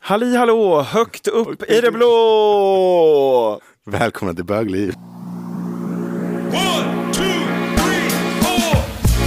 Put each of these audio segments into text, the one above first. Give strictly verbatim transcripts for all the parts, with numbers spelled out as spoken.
Halli hallå, högt upp i det blå! Välkomna till Bögliv. One, two, three, four.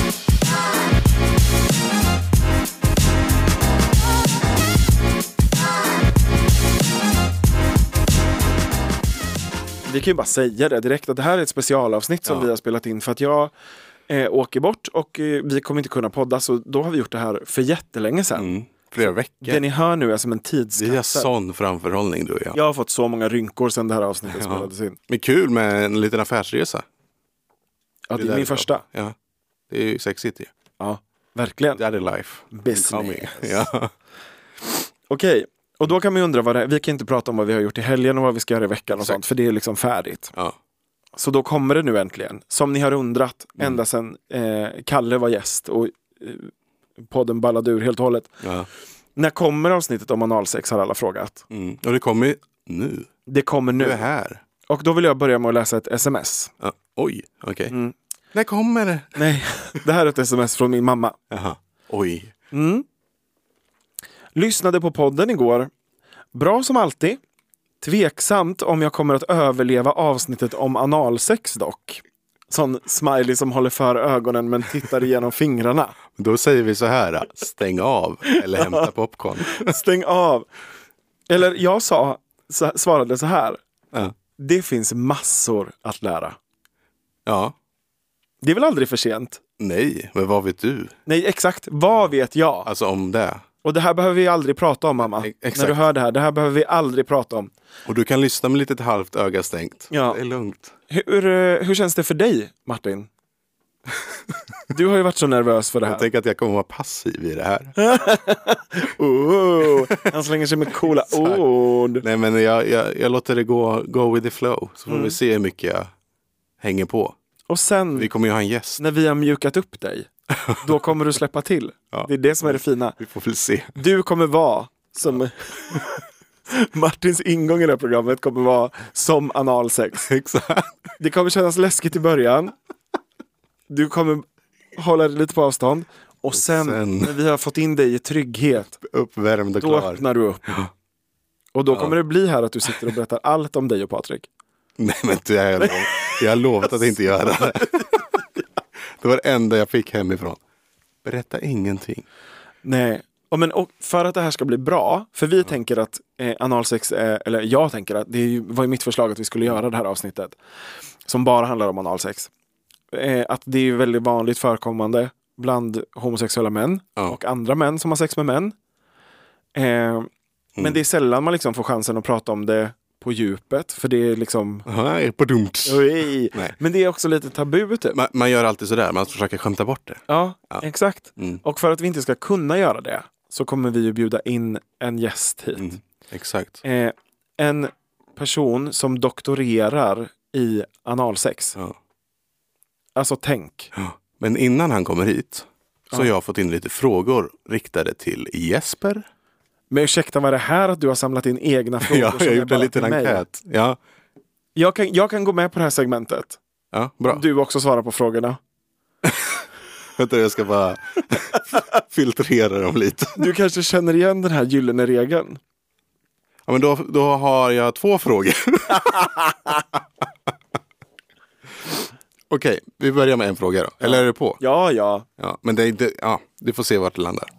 Vi kan ju bara säga det direkt att det här är ett specialavsnitt som Ja. vi har spelat in för att jag eh, åker bort och eh, vi kommer inte kunna podda, så då har vi gjort det här för jättelänge sedan. Mm. Flera veckor. Det ni hör nu är som en Vi har tidskapsel. sån framförhållning du och jag. Jag har fått så många rynkor sedan det här avsnittet Ja. spelades in. Men kul med en liten affärsresa. Ja, det är där min är bra. första. Ja. Det är ju sexigt ju. Ja, verkligen. That is life. Business. Coming. Ja. Okej, och då kan man ju undra vad det är. Vi kan inte prata om vad vi har gjort i helgen och vad vi ska göra i veckan och Exakt. sånt, för det är liksom färdigt. Ja. Så då kommer det nu äntligen, som ni har undrat Mm. ända sedan eh, Kalle var gäst och eh, podden ballade ur helt och hållet. Ja. När kommer avsnittet om analsex, har alla frågat. Mm. Och det kommer ju nu. Det kommer Du är nu. här. Och då vill jag börja med att läsa ett sms. Ja. Oj, okej. Mm. När kommer det? Nej, det här är ett sms från min mamma. Jaha. Oj. Mm. Lyssnade på podden igår. Bra som alltid. Tveksamt om jag kommer att överleva avsnittet om analsex dock. Sån smiley som håller för ögonen men tittar igenom fingrarna. Då säger vi så här. Stäng av eller hämta popcorn. Stäng av. Eller jag sa, så, svarade så här. Ja. Det finns massor att lära. Ja. Det är väl aldrig för sent? Nej, men vad vet du? Nej, exakt. Vad vet jag? Alltså om det. Och det här behöver vi aldrig prata om, mamma. E- exakt. När du hör det här, det här behöver vi aldrig prata om. Och du kan lyssna med lite halvt öga stängt. Ja. Det är lugnt. Hur, eh, hur känns det för dig, Martin? Du har ju varit så nervös för det här. Jag tänker att jag kommer vara passiv i det här. Oh, han slänger sig med coola Exakt. ord. Nej, men jag, jag, jag låter det gå, go with the flow. Så får Mm. vi se hur mycket jag hänger på. Och sen, Vi kommer ju ha en gäst. när vi har mjukat upp dig, då kommer du släppa till. Ja. Det är det som är det fina. Vi får väl se. Du kommer vara som... Martins ingång i det här programmet kommer vara som analsex. Exakt. Det kommer kännas läskigt i början. Du kommer hålla dig lite på avstånd. Och sen, sen- när vi har fått in dig i trygghet, Uppvärmd och då klar. öppnar du upp. Och då kommer det bli här att du sitter och berättar allt om dig och Patrik. Nej, men du, jag, har lov, jag har lovat att inte göra det. Det var det enda jag fick hemifrån. Berätta ingenting. Nej. Och men, och för att det här ska bli bra, för vi tänker att eh, analsex, eh, eller jag tänker att det är ju, var ju mitt förslag att vi skulle göra det här avsnittet som bara handlar om analsex. Eh, att det är ju väldigt vanligt förekommande bland homosexuella män Ja. och andra män som har sex med män. Eh, Mm. Men det är sällan man liksom får chansen att prata om det på djupet, för det är liksom... Nej, på dumt. Oj. Nej. Men det är också lite tabu typ. Man, man gör alltid sådär, man försöker skämta bort det. Ja, Ja. exakt. Mm. Och för att vi inte ska kunna göra det så kommer vi ju bjuda in en gäst hit. Mm. Exakt. Eh, en person som doktorerar i analsex. Ja. Alltså tänk. Ja. Men innan han kommer hit så har Ja. jag fått in lite frågor riktade till Jesper. Men ursäkta, vad är det här att du har samlat in egna frågor? Ja, som jag är gjorde bara en liten till mig? enkät. Ja, Jag kan, jag kan gå med på det här segmentet. ja, bra. Du också svarar på frågorna. Vänta, jag ska bara filtrera dem lite. Du kanske känner igen den här gyllene regeln. Ja, men då, då har jag två frågor. Okej, vi börjar med en fråga då. Eller är du på? Ja, ja. Ja, men det är inte, ja, du får se vart det landar.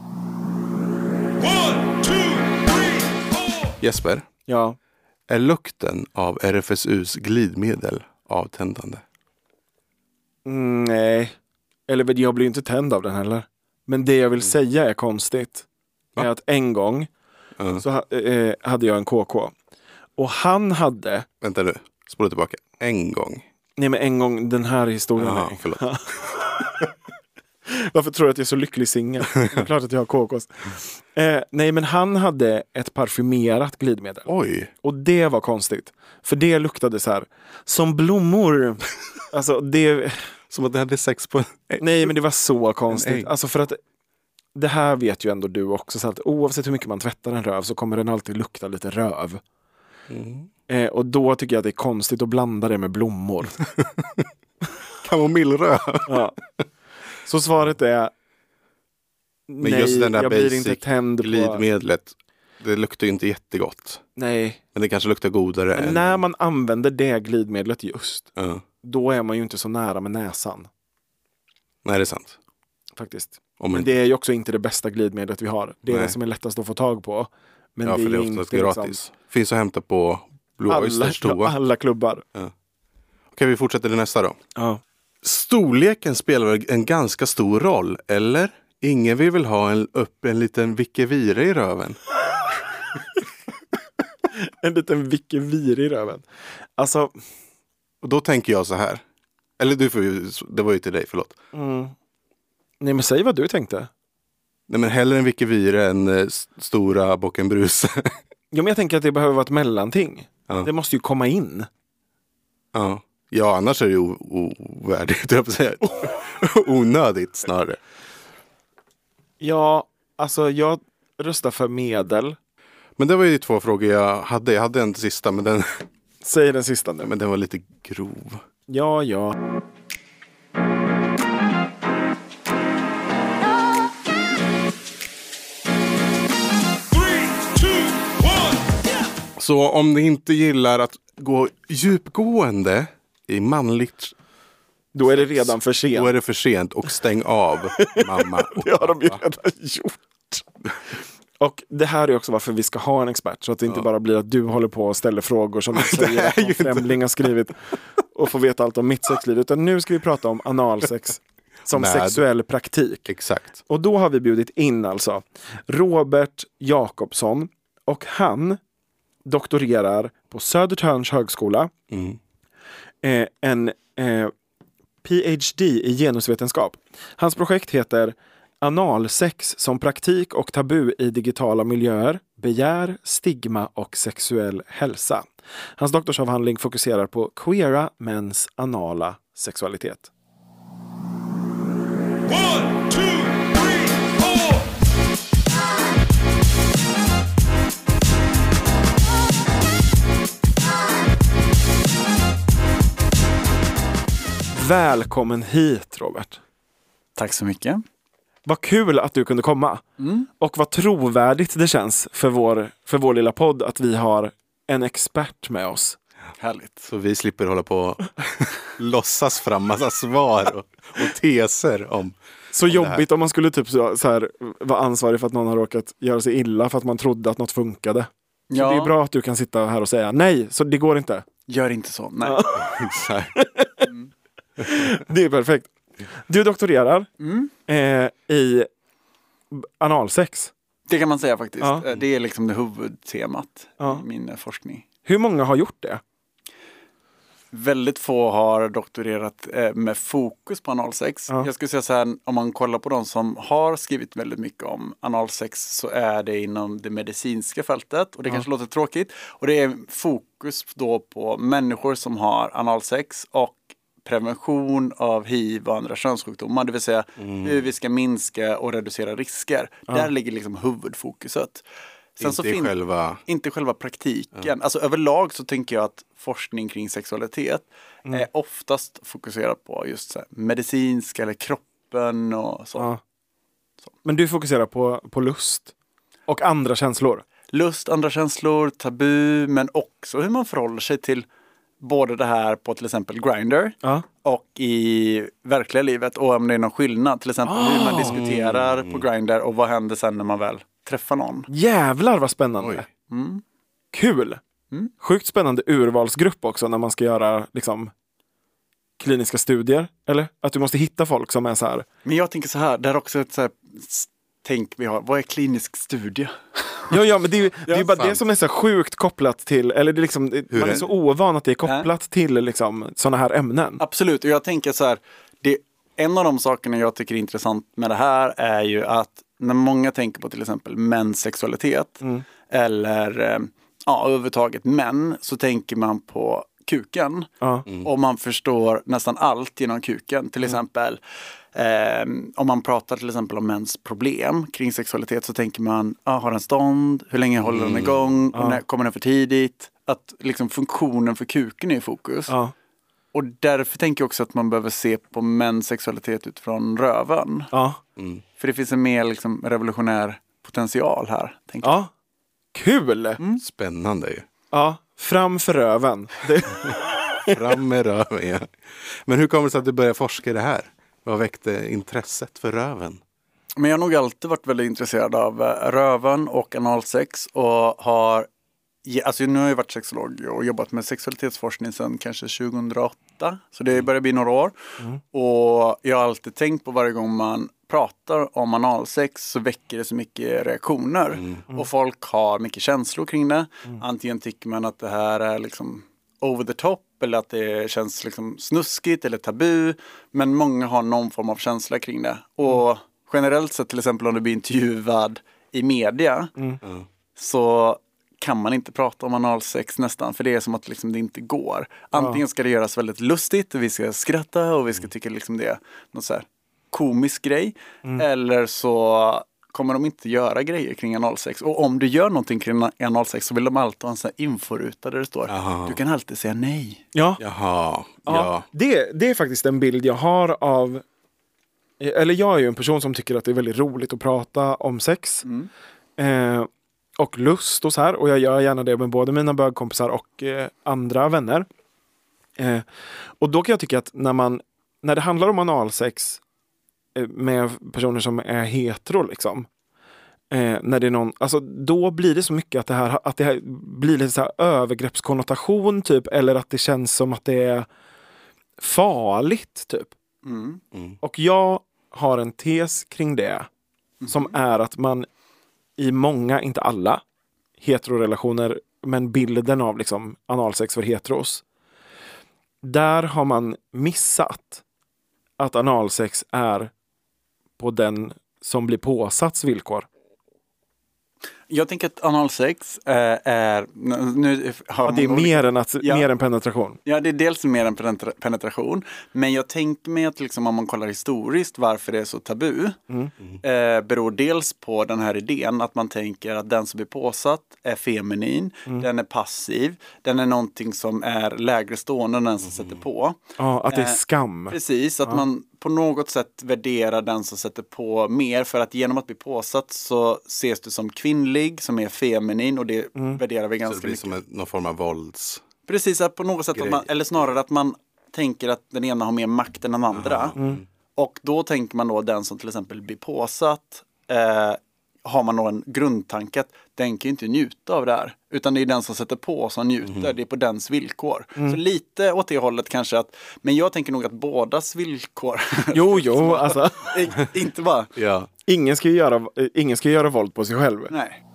One, two, three, four. Jesper, Ja. är lukten av R F S U:s glidmedel avtändande? Mm, nej. Eller men jag blir ju inte tänd av den heller. Men det jag vill säga är konstigt. Va? Är att en gång Ja. så ha, eh, hade jag en K K. Och han hade... Vänta nu, spola tillbaka. En gång. Nej, men en gång den här historien. Jaha, är- förlåt. Varför tror du att jag är så lycklig singel? Det är klart att jag har K Ks. Eh, nej, men han hade ett parfymerat glidmedel. Oj, Och det var konstigt. För det luktade så här. Som blommor. Alltså det... som att det hade sex på en... Nej, men det var så ägg. konstigt. Alltså för att... Det här vet ju ändå du också. Så att oavsett hur mycket man tvättar en röv så kommer den alltid lukta lite röv. Mm. Eh, och då tycker jag att det är konstigt att blanda det med blommor. Kamomillröd. Ja. Så svaret är... Men nej, just den där jag blir basic inte tänd på... glidmedlet. det luktar ju inte jättegott. Nej. Men det kanske luktar godare Men än... när man använder det glidmedlet just, Ja. då är man ju inte så nära med näsan. Nej, det är sant. Faktiskt. Om Men man... det är ju också inte det bästa glidmedlet vi har. Det är Nej. det som är lättast att få tag på. Men Ja, det för är det är ju oftast inte gratis. liksom Finns att hämta på Blue alla, Oysters toa. alla klubbar. Okej, vi fortsätter till nästa då. Ja. Storleken spelar väl en ganska stor roll, eller? Ingen vill väl ha en, upp en liten Vicke-Vire i röven? En liten Vicke-Vire i röven. Alltså... Och då tänker jag så här. Eller du får ju, det var ju till dig, förlåt. Mm. Nej, men säg vad du tänkte. Nej, men hellre en Vicke-Vire än eh, stora Bockenbrus. Jo, men jag tänker att det behöver vara ett mellanting. Ja. Det måste ju komma in. Ja. Ja, annars är det ju o- ovärdigt, jag på att säga. Onödigt snarare. Ja, alltså jag röstar för medel. Men det var ju två frågor jag hade. Jag hade en sista, men den, Säg den sista nu. men den var lite grov. Ja, ja. Three, two, one. Så om ni inte gillar att gå djupgående i manligt, Då är det redan för sent. då är det för sent och stäng av mamma och Det har de ju pappa. redan gjort. Och det här är också varför vi ska ha en expert. Så att det inte bara blir att du håller på och ställer frågor som du säger att någon främling har skrivit. Och får veta allt om mitt sexliv. Utan nu ska vi prata om analsex som Med. sexuell praktik. Exakt. Och då har vi bjudit in alltså Robert Jakobsson. Och han doktorerar på Södertörns högskola. Mm. Eh, en eh, P H D i genusvetenskap. Hans projekt heter Analsex som praktik och tabu i digitala miljöer, begär, stigma och sexuell hälsa. Hans doktorsavhandling fokuserar på queera mäns anala sexualitet. One, two, three, four. Välkommen hit, Robert. Tack så mycket. Vad kul att du kunde komma. Mm. Och vad trovärdigt det känns för vår, för vår lilla podd att vi har en expert med oss. Härligt. Så vi slipper hålla på och låtsas fram massa svar och, och teser om... Så jobbigt om man skulle typ så, så här, vara ansvarig för att någon har råkat göra sig illa för att man trodde att något funkade. Så Ja, det är bra att du kan sitta här och säga nej, så det går inte. gör inte så. Nej. så här. Det är perfekt. Du doktorerar Mm. eh, i analsex. Det kan man säga faktiskt. Ja. Det är liksom det huvudtemat Ja. i min forskning. Hur många har gjort det? Väldigt få har doktorerat eh, med fokus på analsex. Ja. Jag skulle säga så här, om man kollar på de som har skrivit väldigt mycket om analsex så är det inom det medicinska fältet. Och det Ja. kanske låter tråkigt. Och det är fokus då på människor som har analsex och prevention av H I V och andra könssjukdomar. Det vill säga hur vi ska minska och reducera risker. Där ligger liksom huvudfokuset. Sen Inte så i fin- själva... inte själva praktiken. Alltså överlag så tänker jag att forskning kring sexualitet är oftast fokuserad på just så här, medicinska eller kroppen och så. Ja. Men du fokuserar på, på lust och andra känslor. Lust, andra känslor, tabu, men också hur man förhåller sig till både det här på till exempel Grindr Ja. och i verkliga livet och om det är någon skillnad. Till exempel hur man diskuterar på Grindr och vad händer sen när man väl träffar någon. Jävlar vad spännande. Oj. Mm. Kul. Mm. Sjukt spännande urvalsgrupp också när man ska göra liksom kliniska studier. Eller? Att du måste hitta folk som är så här. Men jag tänker så här, det är också ett så här s- tänk vi har. Vad är klinisk studie? Ja, ja, men det är ju det är ju bara sant. det som är så sjukt kopplat till, eller det är liksom, det, Hur man är är- så ovan att det är kopplat till liksom sådana här ämnen. Absolut, och jag tänker så här, det, en av de sakerna jag tycker är intressant med det här är ju att när många tänker på till exempel mäns sexualitet Mm. eller eh, ja, överhuvudtaget män så tänker man på kuken. Ja. Och man förstår nästan allt genom kuken. Till exempel eh, om man pratar till exempel om mäns problem kring sexualitet så tänker man, ah, har den stånd? Hur länge håller den igång? Ja. När kommer den för tidigt? Att liksom funktionen för kuken är i fokus. Ja. Och därför tänker jag också att man behöver se på mäns sexualitet utifrån röven. Ja. För det finns en mer liksom revolutionär potential här. Tänker jag. Ja. Kul! Spännande ju. Ja, fram för röven. Det, Fram med röven, ja. Men hur kommer det sig att du började forska i det här? Vad väckte intresset för röven? Men jag har nog alltid varit väldigt intresserad av eh, röven och analsex och har, ge- alltså nu har jag varit sexolog och jobbat med sexualitetsforskning sedan kanske tjugohundraåtta, så det börjar bli några år. Och jag har alltid tänkt på varje gång man pratar om analsex så väcker det så mycket reaktioner och folk har mycket känslor kring det. Antingen tycker man att det här är liksom over the top eller att det känns liksom snuskigt eller tabu, men många har någon form av känsla kring det. Och generellt sett, till exempel om du blir intervjuad i media Mm. så kan man inte prata om analsex nästan, för det är som att liksom det inte går. Antingen ska det göras väldigt lustigt och vi ska skratta och vi ska tycka liksom det är något så här komisk grej, eller så kommer de inte göra grejer kring analsex. Och om du gör någonting kring analsex så vill de alltid ha en sån här inforuta där det står Aha. du kan alltid säga nej. ja, Jaha, ja. ja. Det, det är faktiskt en bild jag har av... Eller jag är ju en person som tycker att det är väldigt roligt att prata om sex. Eh, och lust och så här. Och jag gör gärna det med både mina bögkompisar och eh, andra vänner. Eh, och då kan jag tycka att när man... När det handlar om analsex eh, med personer som är hetero liksom. Eh, när det är någon, alltså då blir det så mycket att det här, att det här blir lite så här övergreppskonnotation typ, eller att det känns som att det är farligt typ. Mm. Och jag har en tes kring det som är att man i många, inte alla heterorelationer, men bilden av liksom analsex för heteros, där har man missat att analsex är på den som blir påsatts villkor. Jag tänker att analsex eh, är... Nu har Ja, det är man olika- mer än, att, Ja. mer än penetration. Ja, det är dels mer än penetra- penetration. Men jag tänker mig att liksom, om man kollar historiskt varför det är så tabu. Eh, beror dels på den här idén att man tänker att den som blir påsatt är feminin. Den är passiv. Den är någonting som är lägre stående än den som sätter på. Ja, att det är Eh, skam. Precis, att man på något sätt värderar den som sätter på mer, för att genom att bli påsatt så ses du som kvinnlig, som är feminin, och det värderar vi Så det ganska blir mycket. som en, någon form av vålds... Precis, att på något sätt, att man, Grej. eller snarare att man tänker att den ena har mer makt än den andra. Och då tänker man då den som till exempel blir påsatt, eh, har man då en grundtanke att den kan ju inte njuta av det här. Utan det är den som sätter på som njuter, det är på dens villkor. Så lite åt det hållet kanske att, men jag tänker nog att bådas villkor, Jo, jo, alltså. I- inte bara, Ja. Ingen ska ju göra, ingen ska ju göra våld på sig själv. nej.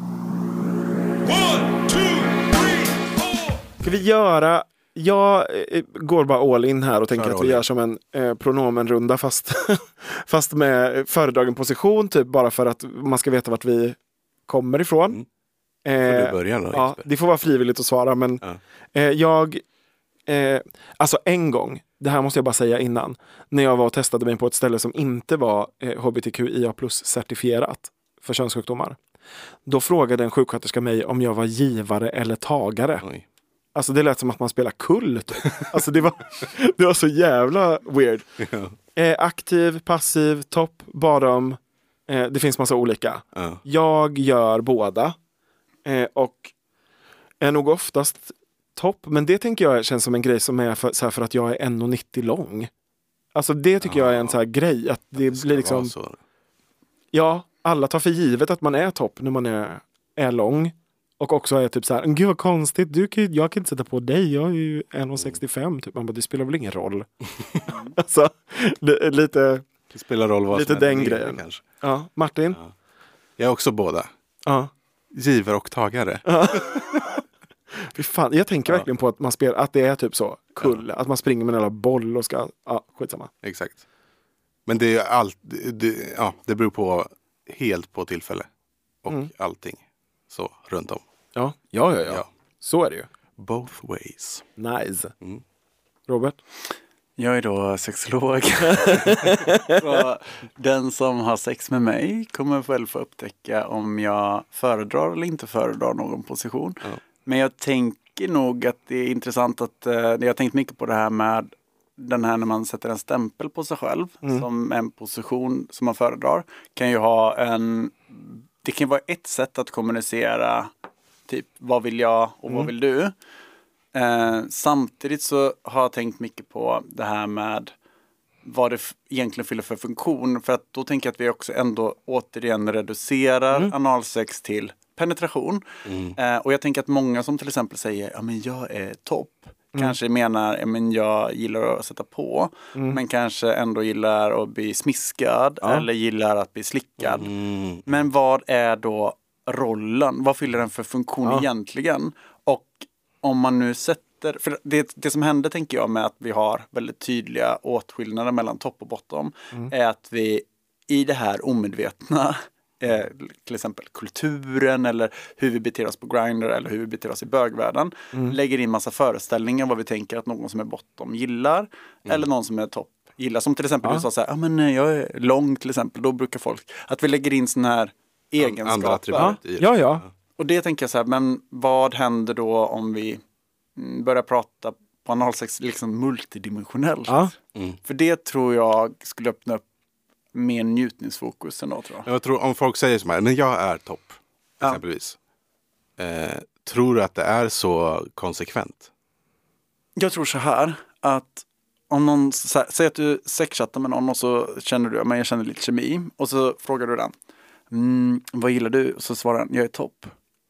One, two, three, four. Ska vi göra... Jag eh, går bara all in här och tänker Kör att all vi in. gör som en eh, pronomenrunda fast, fast med föredragen position typ, bara för att man ska veta vart vi kommer ifrån. Mm. Eh, du börja då, ja, Jesper? det får vara frivilligt att svara, men Ja. eh, jag... Eh, alltså en gång, det här måste jag bara säga innan, när jag var och testade mig på ett ställe som inte var eh, H B T Q I A plus certifierat för könssjukdomar. Då frågade en sjuksköterska mig om jag var givare eller tagare. Oj. Alltså det lät som att man spelar kull typ. Alltså det var, det var så jävla weird. Ja. Eh, aktiv, passiv, topp, bottom. Eh, det finns massa olika. Ja. Jag gör båda. Eh, och är nog oftast topp. Men det tänker jag känns som en grej som är för, så här för att jag är en komma nittio lång. Alltså det tycker jag är en så här grej. Att det, Ska blir liksom... vara så. Ja, alla tar för givet att man är topp när man är, är lång. Och också är typ så här, gud vad konstigt, du kan, jag kan inte sätta på dig, jag är ju en komma sextiofem typ. Man bara, det spelar väl ingen roll. Alltså, li, lite, Det spelar roll vad Lite som är den det grejen. kanske. ja, Martin? Ja. Jag är också båda. Ja. Giver och tagare. Fy fan, jag tänker Ja. verkligen på att man spelar, att det är typ så, kull, att man springer med en jävla boll och ska, ja, skitsamma. Exakt. Men det är allt, det, ja, det beror på helt på tillfälle. Och Mm. allting. Så, runt om. Ja, ja, ja, ja. Ja. Så är det ju. Both ways. Nice. Mm. Robert? Jag är då sexolog. Så den som har sex med mig kommer väl få upptäcka om jag föredrar eller inte föredrar någon position. Ja. Men jag tänker nog att det är intressant att eh, jag har tänkt mycket på det här med den här när man sätter en stämpel på sig själv som en position som man föredrar kan ju ha en det kan vara ett sätt att kommunicera typ vad vill jag och vad vill du. Eh, samtidigt så har jag tänkt mycket på det här med vad det f- egentligen fyller för funktion. För att då tänker jag att vi också ändå återigen reducerar mm. analsex till penetration. Mm. Eh, och jag tänker att många som till exempel säger ja men jag är topp. Mm. Kanske menar ja, men jag gillar att sätta på. Mm. Men kanske ändå gillar att bli smiskad. Ja. Eller gillar att bli slickad. Mm. Men vad är då rollen? Vad fyller den för funktion ja. egentligen? Och om man nu sätter... För det, det som händer tänker jag med att vi har väldigt tydliga åtskillnader mellan topp och bottom. Mm. Är att vi i det här omedvetna... Eh, till exempel kulturen eller hur vi beter oss på Grindr eller hur vi beter oss i bögvärlden mm. lägger in massa föreställningar vad vi tänker att någon som är bottom gillar mm. eller någon som är topp gillar. Som till exempel ja. du sa så här, ah, men jag är lång till exempel, då brukar folk att vi lägger in såna här egenskaper. Ja. ja, ja. Och det tänker jag så här, men vad händer då om vi börjar prata på analsex liksom multidimensionellt? Ja. Mm. För det tror jag skulle öppna upp mer njutningsfokus ändå, tror jag. Jag tror om folk säger som här, men jag är topp, ja. exempelvis. Eh, tror du att det är så konsekvent? Jag tror så här, att om någon, så här, säg att du sexchattar med någon och så känner du, men jag känner lite kemi. Och så frågar du den, mm, vad gillar du? Och så svarar den, jag är topp.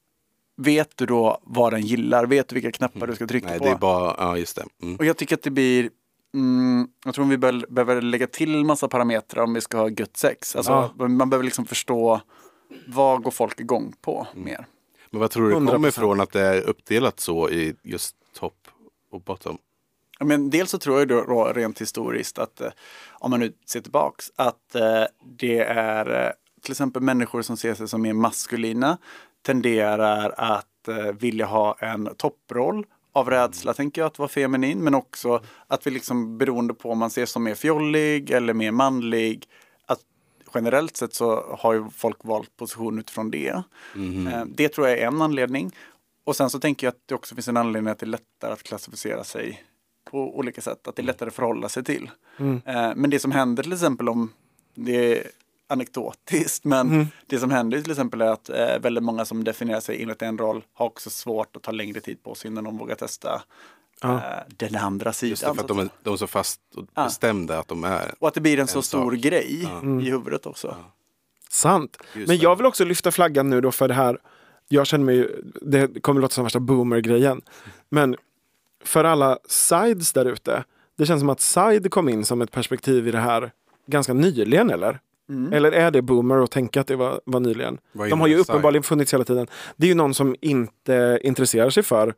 Vet du då vad den gillar? Vet du vilka knappar mm. du ska trycka Nej, på? Nej, det är bara, ja just det. Mm. Och jag tycker att det blir... Mm, jag tror vi be- behöver lägga till massa parametrar om vi ska ha gött sex. Alltså, ja. Man behöver liksom förstå vad går folk igång på mm. mer. Men vad tror du det kommer hundra procent ifrån att det är uppdelat så i just topp och bottom? Ja, men dels så tror jag då, då rent historiskt att eh, om man nu ser tillbaks att eh, det är eh, till exempel människor som ser sig som mer maskulina tenderar att eh, vilja ha en topproll. Av rädsla tänker jag att vara feminin, men också att vi liksom beroende på om man ser som mer fjollig eller mer manlig, att generellt sett så har ju folk valt position utifrån det. Mm. Det tror jag är en anledning. Och sen så tänker jag att det också finns en anledning att det är lättare att klassificera sig på olika sätt, att det är lättare att förhålla sig till. Mm. Men det som händer till exempel om det är anekdotiskt, men mm. det som händer till exempel är att eh, väldigt många som definierar sig enligt en roll har också svårt att ta längre tid på sig innan de vågar testa ja. eh, den andra sidan. Just det, för att de är, de är så fast och ja. bestämda att de är. Och att det blir en så en stor sak. grej ja. mm. i huvudet också. Ja. Sant. Just men jag vill också lyfta flaggan nu då för det här. Jag känner mig, det kommer låta som värsta boomer-grejen. Men för alla sides där ute, det känns som att side kom in som ett perspektiv i det här ganska nyligen, eller? Mm. Eller är det boomer att tänka att det var, var nyligen? Vad de har ju uppenbarligen funnits hela tiden. Det är ju någon som inte intresserar sig för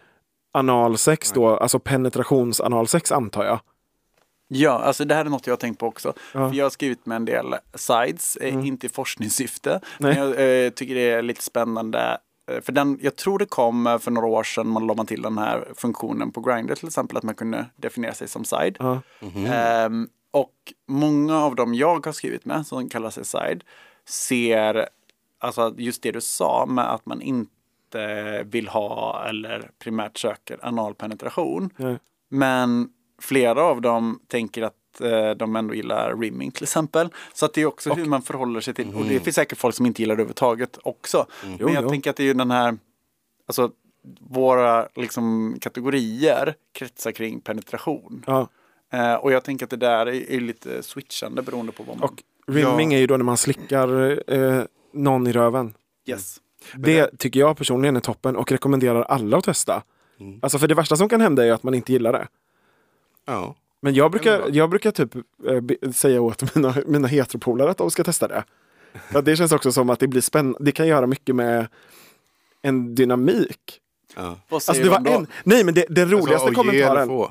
analsex då, alltså penetrationsanalsex antar jag. Ja, alltså det här är något jag har tänkt på också. Ja. För jag har skrivit med en del sides, mm. inte i forskningssyfte. Nej. Men jag eh, tycker det är lite spännande. För den, jag tror det kom för några år sedan, man la man till den här funktionen på Grindr till exempel, att man kunde definiera sig som side. Ja. Mm-hmm. Um, Och många av dem jag har skrivit med, som kallar sig side, ser alltså just det du sa med att man inte vill ha eller primärt söker analpenetration. Mm. Men flera av dem tänker att eh, de ändå gillar rimming till exempel. Så att det är också och, hur man förhåller sig till. Mm. Och det finns säkert folk som inte gillar det överhuvudtaget också. Mm. Men jag jo, tänker att det är ju den här, alltså våra liksom kategorier kretsar kring penetration. Ja. Uh, och jag tänker att det där är, är lite switchande beroende på vad man... Och rimming ja. är ju då när man slickar eh, någon i röven. Yes. Det, det tycker jag personligen är toppen och rekommenderar alla att testa. Mm. Alltså för det värsta som kan hända är att man inte gillar det. Ja. Men jag brukar, jag brukar typ eh, säga åt mina, mina heteropolare att de ska testa det. För det känns också som att det blir spännande. Det kan göra mycket med en dynamik. Ja. Alltså det var en... Nej, men det, den roligaste alltså, kommentaren...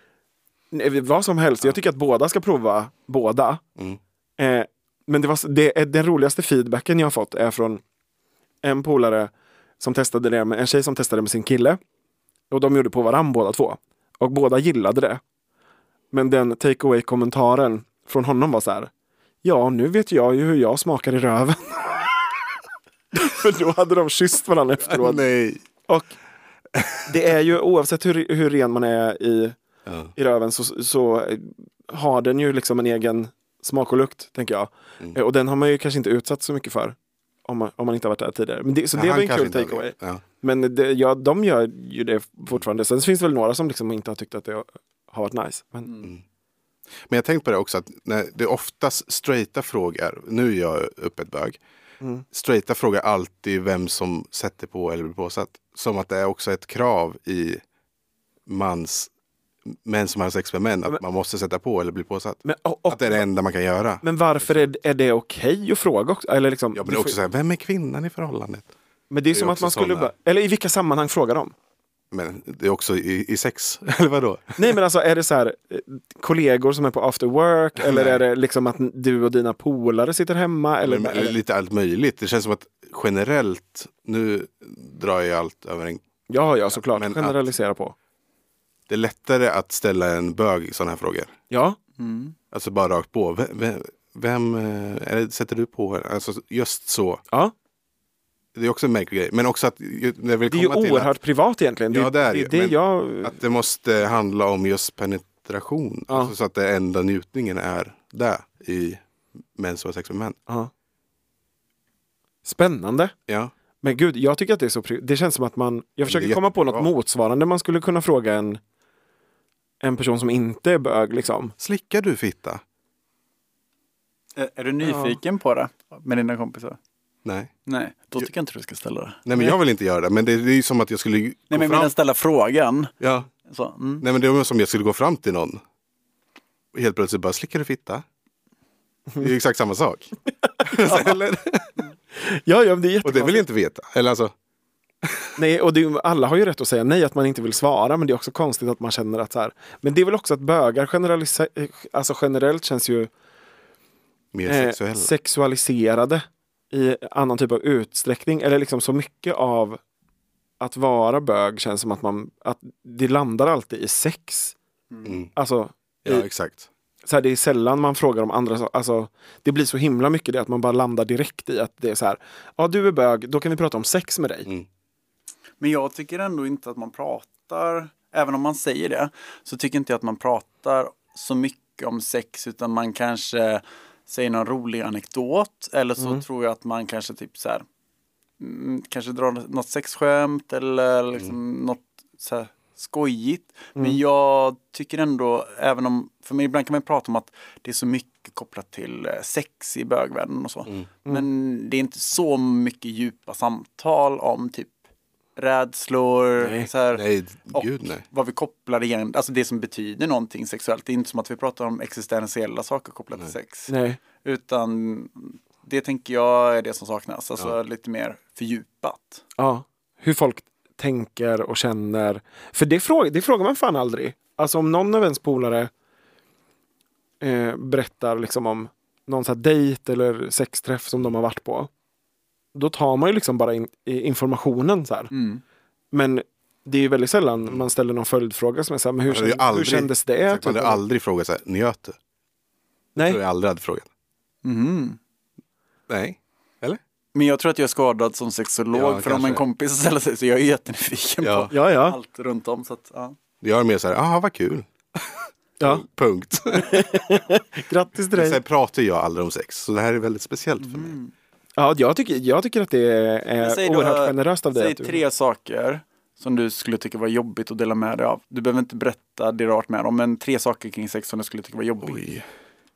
Vad som helst. Jag tycker att båda ska prova båda. Mm. Eh, men det var, det, den roligaste feedbacken jag har fått är från en polare som testade det med en tjej som testade med sin kille. Och de gjorde på varann båda två. Och båda gillade det. Men den takeaway-kommentaren från honom var så här: ja, nu vet jag ju hur jag smakar i röven. För då hade de kysst varandra efteråt. Nej. Och det är ju oavsett hur, hur ren man är i Ja. i röven så, så har den ju liksom en egen smak och lukt, tänker jag. Mm. Och den har man ju kanske inte utsatt så mycket för om man, om man inte har varit där tidigare. Men det, så Ja, det var han en kanske kul inte har takeaway. det. Ja. Men det, ja, de gör ju det fortfarande. Sen finns det väl några som liksom inte har tyckt att det har varit nice. Men, Mm. Men jag tänkte på det också att när det är oftast straighta frågor, nu är jag öppet bög, mm. straighta frågar alltid vem som sätter på eller blir påsatt. Som att det är också ett krav i mans, män som har sex med män, att Men- man måste sätta på eller bli påsatt. Men, och, och, Att det är det enda man kan göra. men varför är, är det okej att fråga också? Eller liksom, Ja, men det du är också får- så här, vem är kvinnan i förhållandet? men det är det är som att också man skulle såna- bara, eller i vilka sammanhang frågar de? Men det är också i, i sex, eller vadå? Nej men alltså är det så här eh, kollegor som är på after work eller Nej. är det liksom att du och dina polare sitter hemma eller, Eller, eller lite allt möjligt. Det känns som att generellt, nu drar jag allt över en... ja ja såklart Men att- generalisera på. Det är lättare att ställa en bög i sådana här frågor. Ja, Mm. Alltså bara rakt på. Vem, vem, vem eh, eller sätter du på? Alltså just så. ja. Det är också en märklig grej. Men också att jag vill Det är ju komma till oerhört att, privat egentligen. Ja, det är det, ju, det men- jag... att det måste handla om just penetration. Ja. Alltså så att det enda njutningen är där i män som har sex med män. Ja. Spännande. Ja. Men gud, jag tycker att det är så pri- det känns som att man, jag försöker det är komma på något jättebra. motsvarande man skulle kunna fråga en en person som inte är bög liksom. Slickar du fitta? Är, är du nyfiken på det med dina kompisar? Nej. Nej, då tycker jag inte du ska ställa det. Nej men jag vill inte göra det. Men det, det är ju som att jag skulle gå Nej, men jag fram... menar ställa frågan. Ja. Så, mm. Nej men det är som jag skulle gå fram till någon. Och helt plötsligt bara, slickar du fitta? Det är ju exakt samma sak. Eller? Ja, ja, men det är Och det vill jag inte veta. Eller alltså, Nej, och det, är- alla har ju rätt att säga nej, att man inte vill svara, men det är också konstigt att man känner att så här. Men det är väl också att bögar generalise, alltså generellt känns ju mer eh, sexuella. sexualiserade i annan typ av utsträckning, eller liksom så mycket av att vara bög känns som att man att det landar alltid i sex. Mm. Alltså Ja, i, exakt. så här, det är sällan man frågar om andra saker. Alltså, det blir så himla mycket det att man bara landar direkt i att det är så här. Ja, du är bög, då kan vi prata om sex med dig. Mm. Men jag tycker ändå inte att man pratar, även om man säger det, så tycker inte jag att man pratar så mycket om sex, utan man kanske säger någon rolig anekdot, eller så Mm. tror jag att man kanske typ så här, mm, kanske drar något sexskämt eller liksom något så här skojigt. Men jag tycker ändå, även om, för mig ibland kan man prata om att det är så mycket kopplat till eh, sex i bögvärlden och så. Mm. Men det är inte så mycket djupa samtal om typ rädslor, Nej. så här, Nej, och gud nej. vad vi kopplar igen, alltså det som betyder någonting sexuellt. Det är inte som att vi pratar om existentiella saker kopplat till sex. Nej. Utan det tänker jag är det som saknas, alltså Ja. lite mer fördjupat. Ja, hur folk tänker och känner. För det, fråga, det frågar man fan aldrig. Alltså om någon av ens polare eh, berättar liksom om någon så här dejt eller sexträff som de har varit på. Då tar man ju liksom bara in, i informationen så här. Mm. Men det är ju väldigt sällan man ställer någon följdfråga som är så här, men hur, Man hade ju kände, hur kändes det? Exakt, man Typ, hade aldrig frågat så här, njöt du? Det nej, tror jag aldrig hade frågat. Mhm. Nej. Eller? Men jag tror att jag är skadad som sexolog, Ja, för om kanske. en kompis ställer sig, så jag är jättenyfiken Ja. på ja, ja, allt runt om. Så att, ja. Jag är mer så här, aha vad kul. ja. Punkt. Grattis till dig. Sen pratar jag aldrig om sex, så det här är väldigt speciellt för mig. Ja, jag tycker, jag tycker att det är Säg eh, då- oerhört generöst av dig. Säg Att du, tre saker som du skulle tycka var jobbigt att dela med dig av. Du behöver inte berätta det rart med dem, men tre saker kring sex som du skulle tycka var jobbigt. Oj.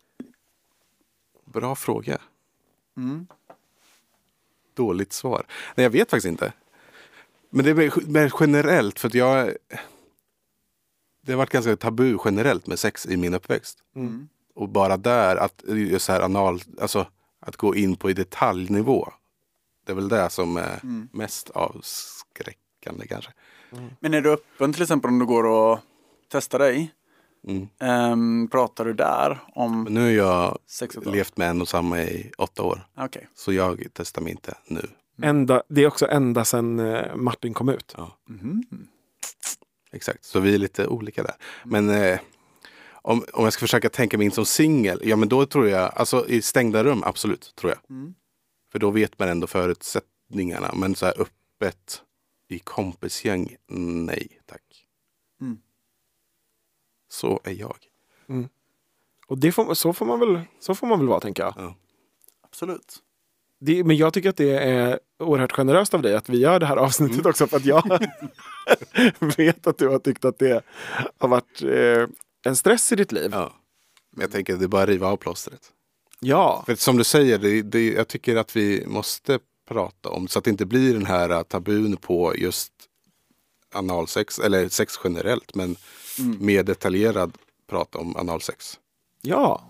Bra fråga. Mm. Dåligt svar. Nej, jag vet faktiskt inte. Men det är mer- mer generellt, för att jag... Det har varit ganska tabu generellt med sex i min uppväxt. Mm. Och bara där, att just så här anal, alltså att gå in på i detaljnivå. Det är väl det som är Mm. mest avskräckande kanske. Men är du öppen till exempel om du går och testar dig? Mm. Ehm, pratar du där om Men nu har jag sex och levt med en och samma i åtta år. Okej. Så jag testar mig inte nu. ända, det är också ända sedan eh, Martin kom ut. Ja. Mhm. Exakt, så vi är lite olika där. Men eh, om, om jag ska försöka tänka mig in som singel, ja men då tror jag, alltså i stängda rum, absolut, tror jag. Mm. För då vet man ändå förutsättningarna. Men så här öppet i kompisgäng, nej tack. Mm. Så är jag. Och det får, så, får man väl, så får man väl vara, tänker jag. Ja. Absolut. det, men jag tycker att det är oerhört generöst av dig att vi gör det här avsnittet mm. också, för att jag vet att du har tyckt att det har varit eh, en stress i ditt liv. Ja. Men jag tänker att det är bara att riva av plåstret. Ja. För som du säger, det, det, jag tycker att vi måste prata om, så att det inte blir den här tabun på just analsex, eller sex generellt, men mm. mer detaljerad prata om analsex. Ja.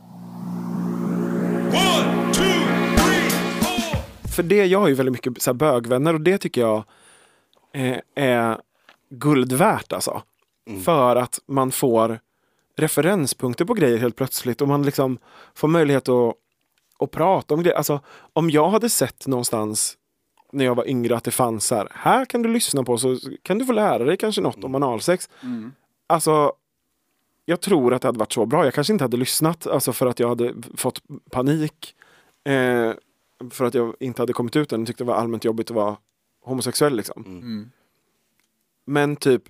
One, two, three, four. För det, jag har ju väldigt mycket så här bögvänner, och det tycker jag eh, är guld värt alltså. Mm. För att man får referenspunkter på grejer helt plötsligt, och man liksom får möjlighet att, att prata om grejer. Alltså, om jag hade sett någonstans när jag var yngre att det fanns så här, här kan du lyssna på, så kan du få lära dig kanske något om analsex. Mm. Alltså, jag tror att det hade varit så bra. Jag kanske inte hade lyssnat, alltså för att jag hade fått panik. Eh, för att jag inte hade kommit ut än och tyckte det var allmänt jobbigt att vara homosexuell liksom. Mm. Men typ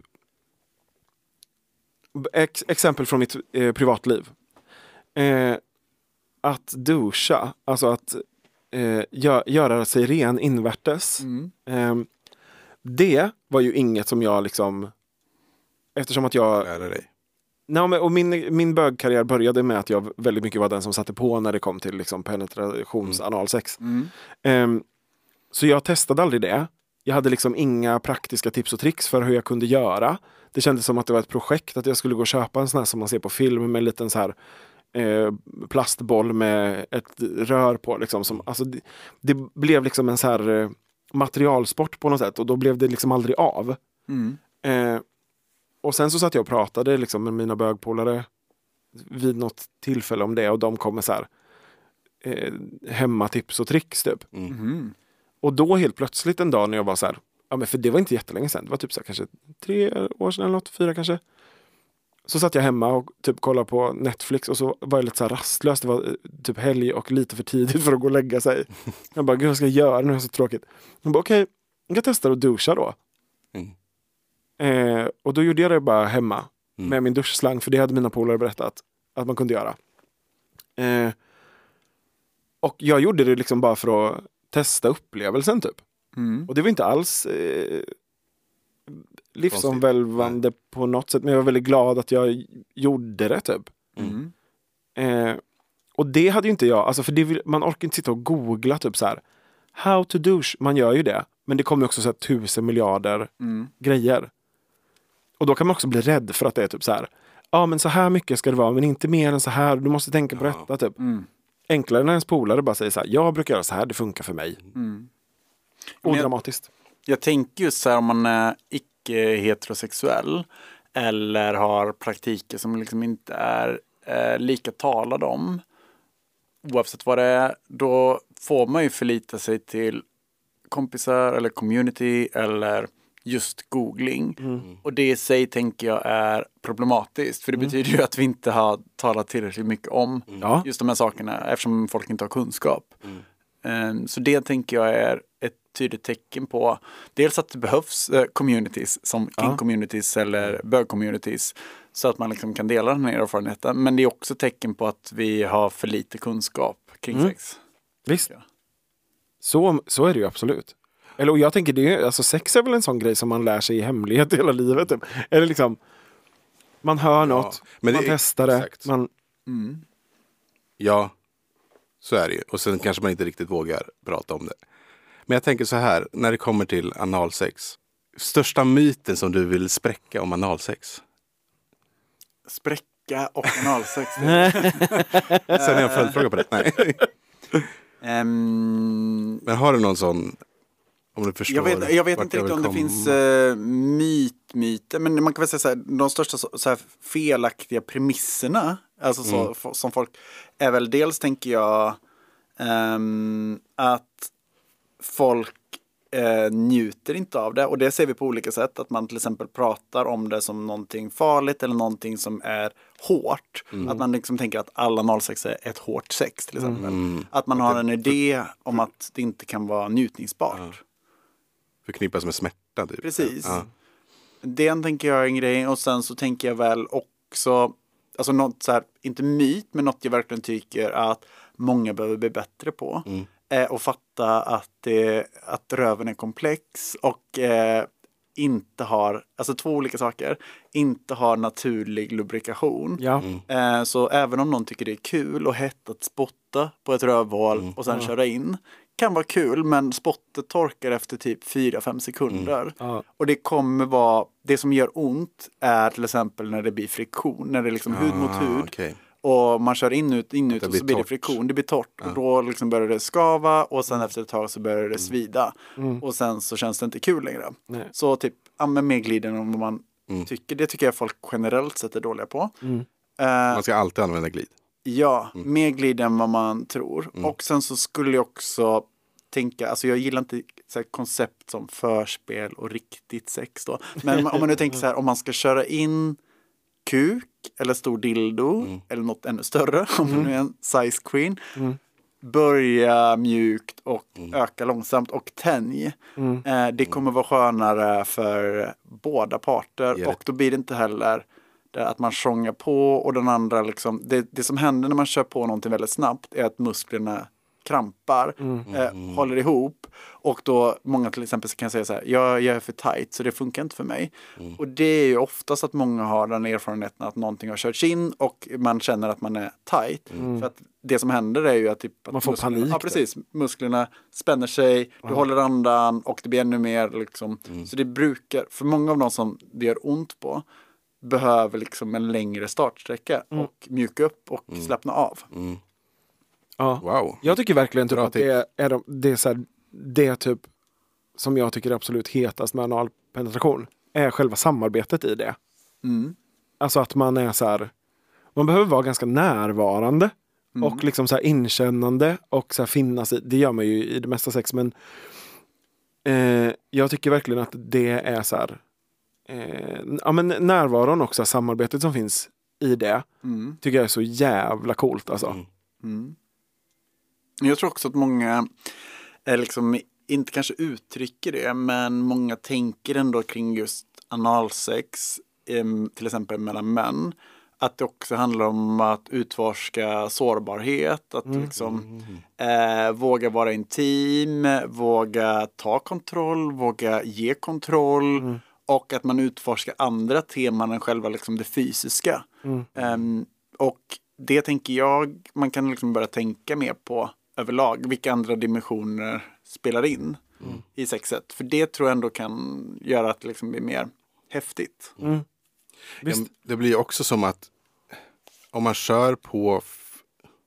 ex- exempel från mitt eh, privatliv. Eh, att duscha, alltså att eh, gö- göra sig ren invärtes. Mm. Eh, det var ju inget som jag liksom, eftersom att jag lära dig. Nej, men, och min, min bögkarriär började med att jag väldigt mycket var den som satte på när det kom till liksom, penetrationsanalsex. Mm. Um, så jag testade aldrig det. Jag hade liksom inga praktiska tips och tricks för hur jag kunde göra. Det kändes som att det var ett projekt, att jag skulle gå och köpa en sån här som man ser på film med en liten så här eh, plastboll med ett rör på. Liksom, som, alltså, det, det blev liksom en så här eh, materialsport på något sätt, och då blev det liksom aldrig av. Mm. Eh, Och sen så satt jag och pratade liksom med mina bögpolare vid något tillfälle om det, och de kom med så här eh, hemmatips och tricks typ. Mm. Mm. Och då helt plötsligt en dag när jag var så här, ja men för det var inte jättelänge sedan, det var typ så här, kanske tre år sedan eller något, fyra kanske. Så satt jag hemma och typ kollade på Netflix, och så var jag lite så här rastlös. Det var eh, typ helg och lite för tidigt för att gå och lägga sig. Jag bara, gud vad ska jag göra nu, det är så tråkigt. Jag bara, okej, okay, jag kan testa att duscha då. Mm. Eh, och då gjorde jag det bara hemma mm. med min duschslang, för det hade mina polare berättat att man kunde göra. Eh, och jag gjorde det liksom bara för att testa upplevelsen typ. Mm. Och det var inte alls eh, livsomvälvande på något sätt, men jag var väldigt glad att jag gjorde det typ. Mm. Eh, och det hade ju inte jag, alltså för det vill, man orkar inte sitta och googla typ så här how to douche, man gör ju det, men det kommer också så här tusen miljarder mm. grejer. Och då kan man också bli rädd för att det är typ så här, ja men så här mycket ska det vara, men inte mer än så här, du måste tänka på detta typ. Mm. Enklare när ens polare bara säger så här, jag brukar göra så här, det funkar för mig. Mm. Odramatiskt. Jag, jag tänker just så här, om man är icke-heterosexuell eller har praktiker som liksom inte är eh, lika talade om, oavsett vad det är, då får man ju förlita sig till kompisar eller community eller just googling. Mm. Och det i sig tänker jag är problematiskt. För det mm. betyder ju att vi inte har talat tillräckligt mycket om mm. just de här sakerna, eftersom folk inte har kunskap. Mm. Um, så det tänker jag är ett tydligt tecken på dels att det behövs uh, communities som ja. king-communities eller bög-communities, så att man liksom kan dela den här erfarenheten. Men det är också tecken på att vi har för lite kunskap kring mm. sex. Visst. Så, så är det ju absolut. Eller, och jag tänker, det är, alltså sex är väl en sån grej som man lär sig i hemlighet hela livet. Typ. Eller liksom, man hör något, ja, men man det, testar det. Man... Mm. Ja, så är det ju. Och sen kanske man inte riktigt vågar prata om det. Men jag tänker så här, när det kommer till analsex. Största myten som du vill spräcka om analsex? Spräcka och analsex? Sen är jag en följdfråga på det. Nej. Um... Men har du någon sån... Om du förstår, jag vet, jag vet inte riktigt om det finns uh, myt, myter, men man kan väl säga så här, de största så, så här felaktiga premisserna, alltså så, mm. f- som folk, är väl dels, tänker jag, um, att folk uh, njuter inte av det, och det ser vi på olika sätt, att man till exempel pratar om det som någonting farligt eller någonting som är hårt. Mm. Att man liksom tänker att alla analsex är ett hårt sex till exempel. Mm. Att man har en idé om att det inte kan vara njutningsbart. Ja. Förknippas med smärta typ. Precis. Ja. Den tänker jag är en grej. Och sen så tänker jag väl också, alltså något så här, inte myt, men något jag verkligen tycker att många behöver bli bättre på, mm. eh, och fatta att, det, att röven är komplex och eh, inte har, alltså två olika saker, inte har naturlig lubrikation. Ja. Eh, så även om någon tycker det är kul och hett att spotta på ett rövhål mm. och sen ja. köra in, kan vara kul, men spottet torkar efter typ fyra fem sekunder. Mm. Ja. Och det kommer vara, det som gör ont är till exempel när det blir friktion, när det är liksom ah, hud mot hud. Okay. Och man kör in ut, in ut och så blir det friktion. Det blir torrt. Ja. Och då liksom börjar det skava. Och sen efter ett tag så börjar det svida. Mm. Och sen så känns det inte kul längre. Nej. Så typ, använd mer gliden om man mm. tycker. Det tycker jag folk generellt sett är dåliga på. Mm. Uh, man ska alltid använda glid. Ja, mm. mer glid än vad man tror. Mm. Och sen så skulle jag också tänka, alltså jag gillar inte så här koncept som förspel och riktigt sex då. Men om man nu tänker så här, om man ska köra in kuk eller stor dildo mm. eller något ännu större om mm. du är en size queen mm. börja mjukt och mm. öka långsamt och tänj mm. eh, det kommer vara skönare för båda parter yeah. och då blir det inte heller det att man sjongar på och den andra liksom, det, det som händer när man kör på någonting väldigt snabbt är att musklerna krampar, mm. eh, håller ihop och då, många till exempel kan säga så här, jag, jag är för tight så det funkar inte för mig. Mm. Och det är ju oftast att många har den erfarenheten att någonting har körts in och man känner att man är tight. Mm. För att det som händer är ju att, typ, att man får musklerna, panik. Ja, precis. Musklerna spänner sig, du mm. håller andan och det blir ännu mer liksom. Mm. Så det brukar, för många av de som det gör ont på behöver liksom en längre startsträcka mm. och mjuka upp och mm. slappna av. Mm. Ja. Wow. Jag tycker verkligen typ att det är, är de, det är så här, det är typ som jag tycker är absolut hetast med analpenetration är själva samarbetet i det. Mm. Alltså att man är så här, man behöver vara ganska närvarande mm. och liksom så här inkännande och så här finnas i, det gör man ju i det mesta sex, men eh, jag tycker verkligen att det är så här eh, ja men närvaron också, samarbetet som finns i det mm. tycker jag är så jävla coolt alltså. Mm. Mm. Jag tror också att många är liksom inte kanske uttrycker det, men många tänker ändå kring just analsex, till exempel mellan män, att det också handlar om att utforska sårbarhet, att mm. liksom eh, våga vara intim, våga ta kontroll, våga ge kontroll mm. och att man utforskar andra teman än själva liksom det fysiska. Mm. Um, och det tänker jag, man kan liksom börja tänka mer på överlag, vilka andra dimensioner spelar in mm. i sexet. För det tror jag ändå kan göra att det liksom blir mer häftigt. Mm. Ja, det blir också som att om man kör på f-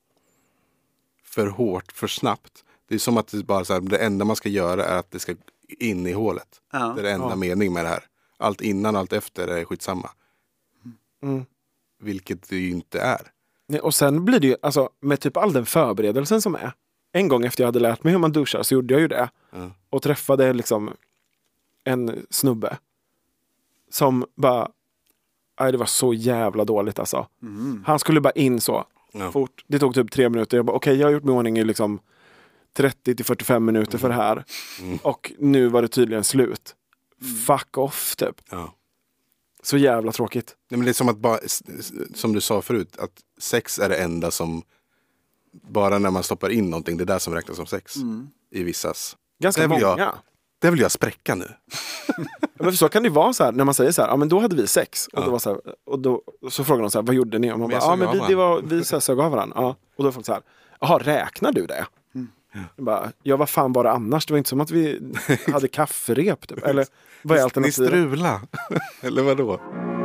för hårt, för snabbt, det är som att det bara så här, det enda man ska göra är att det ska in i hålet. Ja. Det är det enda ja. mening med det här. Allt innan, allt efter är skitsamma. Mm. Vilket det ju inte är. Nej, och sen blir det ju, alltså med typ all den förberedelsen som är. En gång efter jag hade lärt mig hur man duschar så gjorde jag ju det. Mm. Och träffade liksom en snubbe som bara, nej det var så jävla dåligt alltså. Mm. Han skulle bara in så mm. fort. Det tog typ tre minuter. Jag bara, okej okay, jag har gjort mig ordning i liksom trettio till fyrtiofem minuter mm. för det här. Mm. Och nu var det tydligen slut. Mm. Fuck off typ. Ja. Så jävla tråkigt. Nej, men det är som att bara, som du sa förut, att sex är det enda som bara när man stoppar in någonting, det är där som räknas som sex. Mm. I vissas. Ganska många. Jag, det vill jag spräcka nu. Men så kan det vara så här, när man säger så här, ja men då hade vi sex. Och, ja. då var så, här, och då så frågar de så här, vad gjorde ni? Och man bara, ja men vi, det var, vi så här, sög av varandra. Ja. Och då är folk så här, jaha, räknar du det? Mm. Jag bara, ja vad fan var det annars? Det var inte som att vi hade kafferep typ. Eller vad är alternativet? Ni strula. Eller vadå?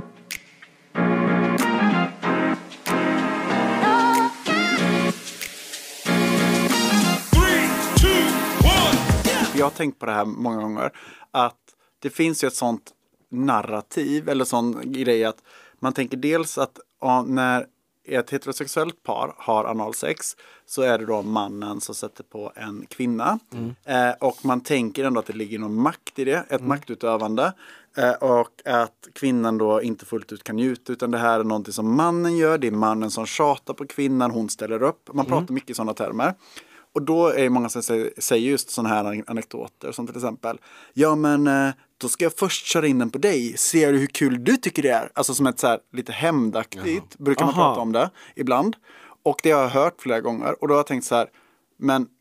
Jag har tänkt på det här många gånger, att det finns ju ett sånt narrativ eller sån grej att man tänker dels att ja, när ett heterosexuellt par har analsex så är det då mannen som sätter på en kvinna mm. eh, och man tänker ändå att det ligger någon makt i det, ett mm. maktutövande eh, och att kvinnan då inte fullt ut kan njuta, utan det här är någonting som mannen gör, det är mannen som tjatar på kvinnan, hon ställer upp, man pratar mm. mycket i sådana termer. Och då är det många som säger just sådana här anekdoter som till exempel, ja men då ska jag först köra in den på dig, ser du hur kul du tycker det är? Alltså som ett så här lite hämndaktigt, Jaha. brukar man Aha. prata om det ibland. Och det har jag hört flera gånger och då har jag tänkt så här, men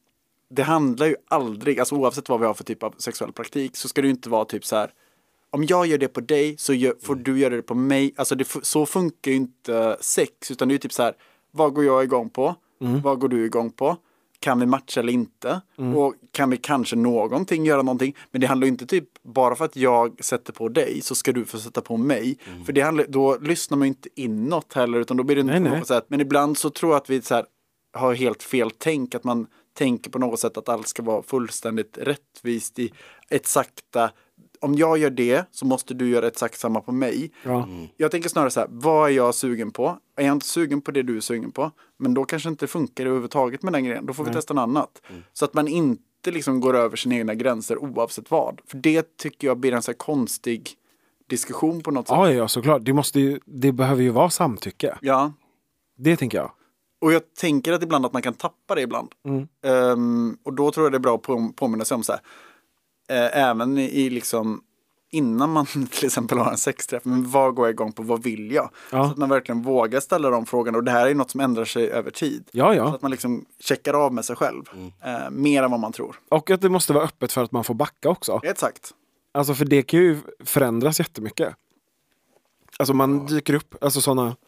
det handlar ju aldrig, alltså oavsett vad vi har för typ av sexuell praktik, så ska det ju inte vara typ så här, om jag gör det på dig så gör, får du göra det på mig. Alltså det, så funkar ju inte sex, utan det är ju typ så här, vad går jag igång på? Mm. Vad går du igång på? Kan vi matcha eller inte? Mm. Och kan vi kanske någonting göra någonting? Men det handlar ju inte typ, bara för att jag sätter på dig så ska du få sätta på mig. Mm. För det handlar, då lyssnar man ju inte inåt heller, utan då blir det inte nej, på något sätt. Men ibland så tror jag att vi så här, har helt fel tänk, att man tänker på något sätt att allt ska vara fullständigt rättvist i exakta. Om jag gör det så måste du göra exakt samma på mig. Ja. Mm. Jag tänker snarare så här, vad är jag sugen på? Är jag inte sugen på det du är sugen på? Men då kanske inte funkar överhuvudtaget med den grejen. Då får vi Nej. testa något annat. Mm. Så att man inte liksom går över sina egna gränser oavsett vad. För det tycker jag blir en så här konstig diskussion på något sätt. Ja, ja, såklart. Det, måste ju, det behöver ju vara samtycke. Ja. Det tänker jag. Och jag tänker att ibland att man kan tappa det ibland. Mm. Um, och då tror jag det är bra att på, påminna sig om så här. Uh, även i, i liksom innan man till exempel har en sexträff, men vad går jag igång på, vad vill jag? Ja. Så att man verkligen vågar ställa de frågorna. Och det här är något som ändrar sig över tid. Ja, ja. Så att man liksom checkar av med sig själv. Mm. Uh, mer än vad man tror. Och att det måste vara öppet för att man får backa också. Exakt. Alltså för det kan ju förändras jättemycket. Alltså man ja. dyker upp, alltså sådana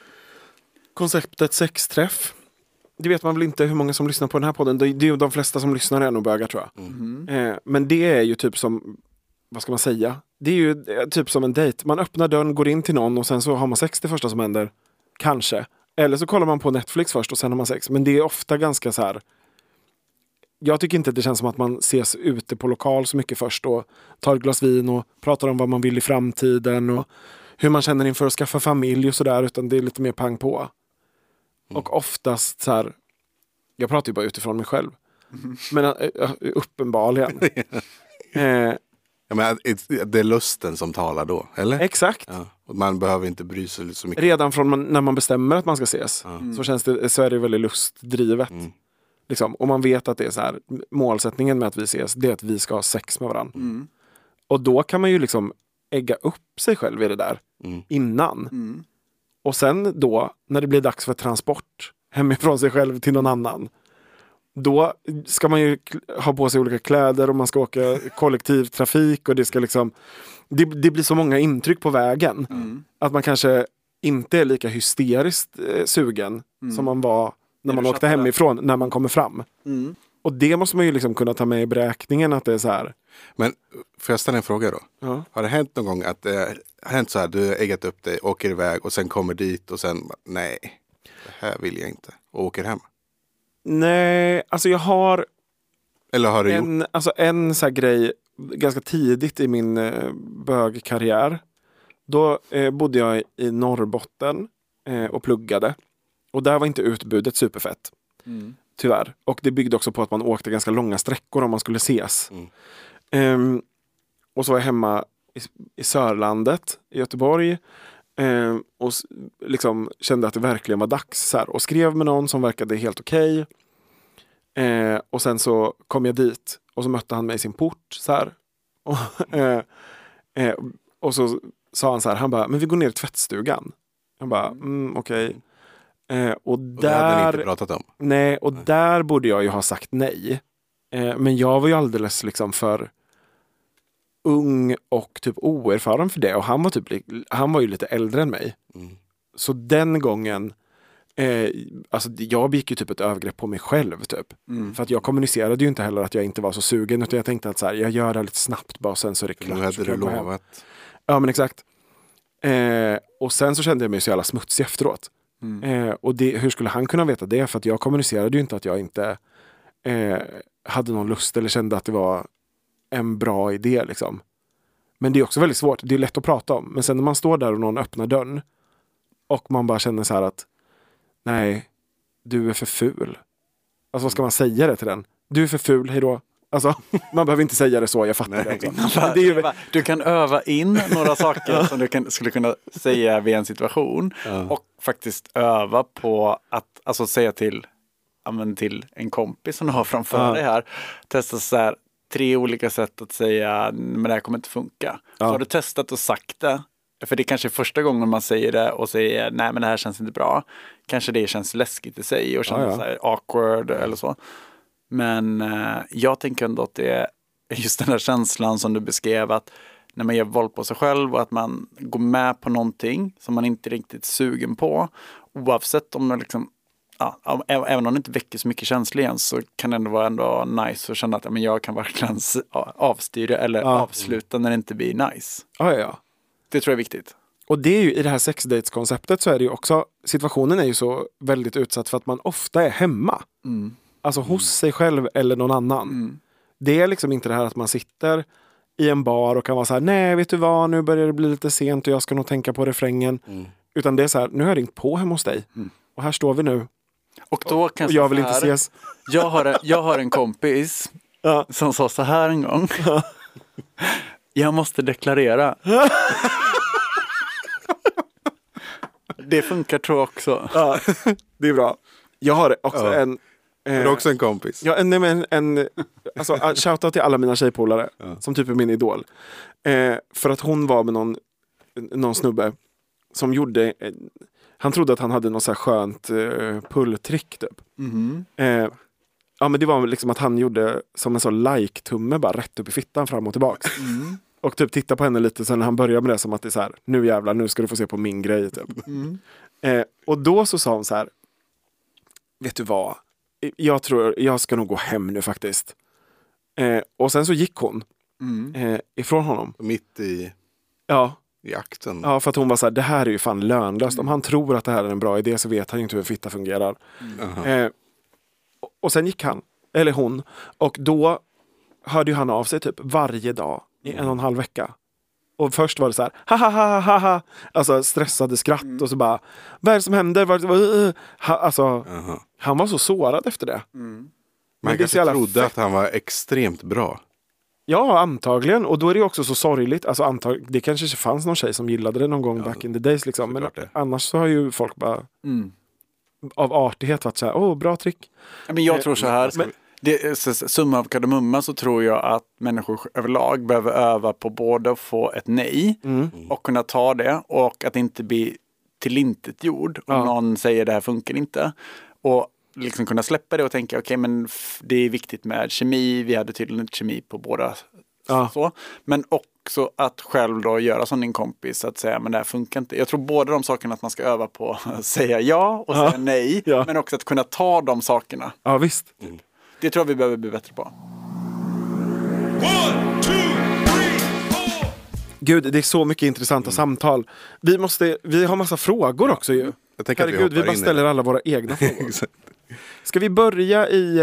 konceptet sexträff. Det vet man väl inte hur många som lyssnar på den här podden. Det är ju de flesta som lyssnar är nog bögar, tror jag. Mm. Eh, men det är ju typ som, vad ska man säga? Det är ju typ som en dejt. Man öppnar dörren, går in till någon och sen så har man sex det första som händer. Kanske. Eller så kollar man på Netflix först och sen har man sex. Men det är ofta ganska så här. Jag tycker inte att det känns som att man ses ute på lokal så mycket först och tar ett glas vin och pratar om vad man vill i framtiden och hur man känner inför att skaffa familj och sådär, utan det är lite mer pang på. Mm. Och oftast så här, jag pratar ju bara utifrån mig själv. Mm. Men äh, uppenbarligen. eh, ja, men det är lusten som talar då, eller? Exakt. Ja. Och man behöver inte bry sig så mycket. Redan från man, när man bestämmer att man ska ses mm. så, känns det, så är det väldigt lustdrivet. Mm. Liksom. Och man vet att det är så här, målsättningen med att vi ses, det är att vi ska ha sex med varandra. Mm. Och då kan man ju liksom ägga upp sig själv i det där mm. innan. Mm. Och sen då, när det blir dags för transport hemifrån sig själv till någon annan, då ska man ju ha på sig olika kläder och man ska åka kollektivtrafik och det ska liksom, det, det blir så många intryck på vägen mm. att man kanske inte är lika hysteriskt eh, sugen mm. som man var när man åkte hemifrån, när man kommer fram. Mm. Och det måste man ju liksom kunna ta med i beräkningen att det är så här. Men får jag ställa en fråga då? Ja. Har det hänt någon gång att det har hänt så här, du har äggat upp dig, åker iväg och sen kommer dit och sen, nej, det här vill jag inte. Och åker hem? Nej, alltså jag har Eller har du en, gjort? Alltså en så här grej ganska tidigt i min eh, bögkarriär. Då eh, bodde jag i Norrbotten eh, och pluggade. Och där var inte utbudet superfett. Mm. Tyvärr. Och det byggde också på att man åkte ganska långa sträckor om man skulle ses. Mm. Um, och så var jag hemma i, i Sörlandet, i Göteborg. Um, och s- liksom kände att det verkligen var dags. Så här, och skrev med någon som verkade helt okej. Okay. Uh, och sen så kom jag dit. Och så mötte han mig i sin port. Så här. Och, uh, uh, och så sa han så här. Han bara, men vi går ner i tvättstugan. Jag bara, mm, okej. Okay. Eh, och, och där, det hade ni inte pratat om? Nej, och nej. Där borde jag ju ha sagt nej. Eh, men jag var ju alldeles liksom för ung och typ oerfaren för det. Och han var, typ, han var ju lite äldre än mig. Mm. Så den gången, eh, alltså jag begick ju typ ett övergrepp på mig själv typ. Mm. För att jag kommunicerade ju inte heller att jag inte var så sugen. Utan jag tänkte att så här, jag gör det lite snabbt bara och sen så är det klart. Nu hade du lovat. Ja, men exakt. Eh, och sen så kände jag mig så jävla smutsig efteråt. Mm. Eh, och det, hur skulle han kunna veta det? För att jag kommunicerade ju inte att jag inte eh, hade någon lust eller kände att det var en bra idé liksom. Men det är också väldigt svårt. Det är lätt att prata om. Men sen när man står där och någon öppnar dörren och man bara känner så här att nej, du är för ful. Alltså vad ska man säga det till den? Du är för ful, hejdå. Alltså, man behöver inte säga det så, jag fattar det. det är ju... Du kan öva in några saker som du kan, skulle kunna säga vid en situation ja. Och faktiskt öva på att alltså, säga till, amen, till en kompis som du har framför ja. dig här. Testa så här, tre olika sätt att säga, men det här kommer inte funka. Ja. Så har du testat och sagt det. För det är kanske första gången man säger det och säger nej men det här känns inte bra. Kanske det känns läskigt i sig och känns ja, ja. så här awkward eller så. Men eh, jag tänker ändå att det är just den här känslan som du beskrev, att när man gör våld på sig själv och att man går med på någonting som man inte är riktigt sugen på, oavsett om det liksom, ja, även om det inte väcker så mycket känslor igen, så kan det ändå vara ändå nice att känna att ja, men jag kan verkligen avstyra eller ja. avsluta när det inte blir nice. Ja, ja, ja. Det tror jag är viktigt. Och det är ju i det här sexdates-konceptet så är det ju också, situationen är ju så väldigt utsatt för att man ofta är hemma. Mm. Alltså hos sig själv eller någon annan. Mm. Det är liksom inte det här att man sitter i en bar och kan vara så här: nej, vet du vad, nu börjar det bli lite sent och jag ska nog tänka på refrängen. Mm. Utan det är så här: nu har jag ringt på hemma hos dig. Mm. Och här står vi nu. Och då kan och jag vill inte här, ses. Jag har en, jag har en kompis ja. som sa så här en gång. Jag måste deklarera. Det funkar tror jag också. Ja, det är bra. Jag har också ja. en... Eh, är också en kompis? Ja, en, en, en alltså, shoutout till alla mina tjejpolare ja. som typ är min idol. Eh, för att hon var med någon, någon snubbe som gjorde... Eh, han trodde att han hade något så här skönt eh, pulltrick typ. Mm-hmm. Eh, ja, men det var liksom att han gjorde som en sån like-tumme bara rätt upp i fittan fram och tillbaks. Mm. Och typ titta på henne lite sen när han började med det, som att det är så här: nu jävlar, nu ska du få se på min grej typ. Mm. Eh, och då så sa hon så här: vet du vad? Jag tror jag ska nog gå hem nu faktiskt. Eh, och sen så gick hon mm. eh, ifrån honom. Mitt i, ja. i akten. Ja, för att hon var så här: det här är ju fan lönlöst. Mm. Om han tror att det här är en bra idé så vet han ju inte hur en fitta fungerar. Mm. Eh, och sen gick han, eller hon. Och då hörde ju han av sig typ varje dag i en och en halv vecka. Och först var det så här: ha ha ha ha ha, alltså stressade skratt mm. och så bara: vad är det som händer? Vad, uh, ha, alltså uh-huh. han var så sårad efter det. Mm. Man kanske trodde fett. Att han var extremt bra. Ja, antagligen. Och då är det också så sorgligt. Alltså antag- det kanske inte fanns någon tjej som gillade det någon gång ja, back in the days liksom. Men det. Annars så har ju folk bara mm. av artighet varit så här: åh, bra trick. Men jag tror så här, men, det, summa av kardemumma, så tror jag att människor överlag behöver öva på både att få ett nej mm. och kunna ta det, och att inte bli tillintetgjord om ja. någon säger det här funkar inte. Och liksom kunna släppa det och tänka okej, okay, men f- det är viktigt med kemi, vi hade tydligen inte kemi på båda. Ja. Så. Men också att själv då göra som din kompis, att säga men det här funkar inte. Jag tror båda de sakerna, att man ska öva på att säga ja och ja. säga nej, ja. men också att kunna ta de sakerna. Ja, visst. Mm. Det tror jag vi behöver bli bättre på. One, two, three, four. Gud, det är så mycket intressanta mm. samtal. Vi måste, vi har massa frågor också ju. Jag tänker Herregud, att vi, vi bara ställer alla våra egna frågor. Ska vi börja i...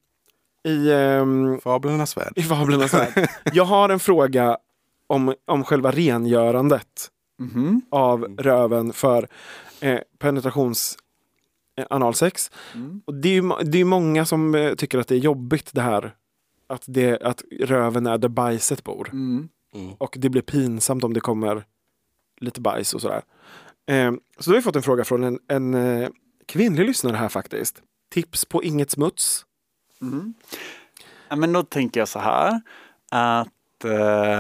i um, Fablernas värld. I Fablernas värld. Jag har en fråga om, om själva rengörandet mm-hmm. av röven för eh, penetrations... analsex. Mm. Och det är ju det är många som eh, tycker att det är jobbigt det här att, det, att röven är där bajset bor. Mm. Mm. Och det blir pinsamt om det kommer lite bajs och sådär. Eh, så då har vi fått en fråga från en, en eh, kvinnlig lyssnare här faktiskt. Tips på inget smuts? Mm. Ja, men då tänker jag så här att eh,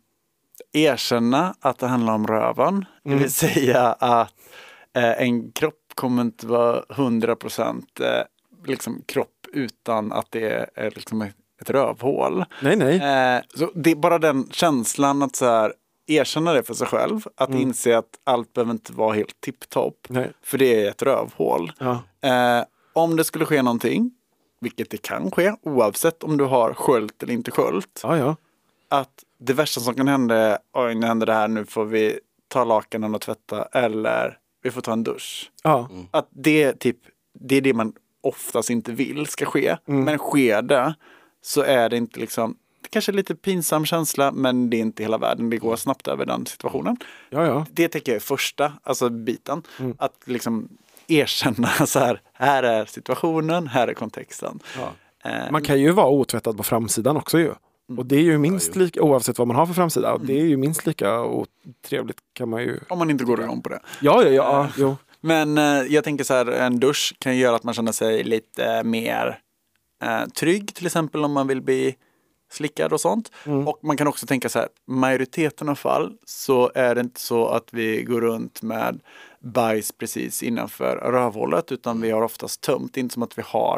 erkänna att det handlar om röven. Mm. Det vill säga att eh, en kropp kommer inte vara hundra procent eh, liksom kropp utan att det är liksom ett, ett rövhål. Nej, nej. Eh, så det är bara den känslan att så här, erkänna det för sig själv. Att mm. inse att allt behöver inte vara helt tipptopp. För det är ett rövhål. Ja. Eh, om det skulle ske någonting, vilket det kan ske, oavsett om du har sköljt eller inte sköljt. Ja, ja. Att det värsta som kan hända, oj nu händer det här, nu får vi ta lakanen och tvätta, eller vi får ta en dusch. Ja. Mm. Att det, typ, det är det man oftast inte vill ska ske. Mm. Men sker det så är det inte liksom, det kanske är lite pinsam känsla, men det är inte hela världen. Det går snabbt över den situationen. Ja, ja. Det tycker jag är första, alltså biten. Mm. Att liksom erkänna så här, här är situationen, här är kontexten. Ja. Eh, man kan ju vara otvättad på framsidan också ju. Mm. Och det är ju minst lika, oavsett vad man har för framsida, mm. det är ju minst lika otrevligt kan man ju... Om man inte går igång på det. Ja, ja, ja. Eh, jo. Men eh, jag tänker så här, en dusch kan göra att man känner sig lite mer eh, trygg, till exempel om man vill bli slickad och sånt. Mm. Och man kan också tänka så här, majoriteten av fall så är det inte så att vi går runt med bajs precis innanför rövhålet, utan vi har oftast tömt, inte som att vi har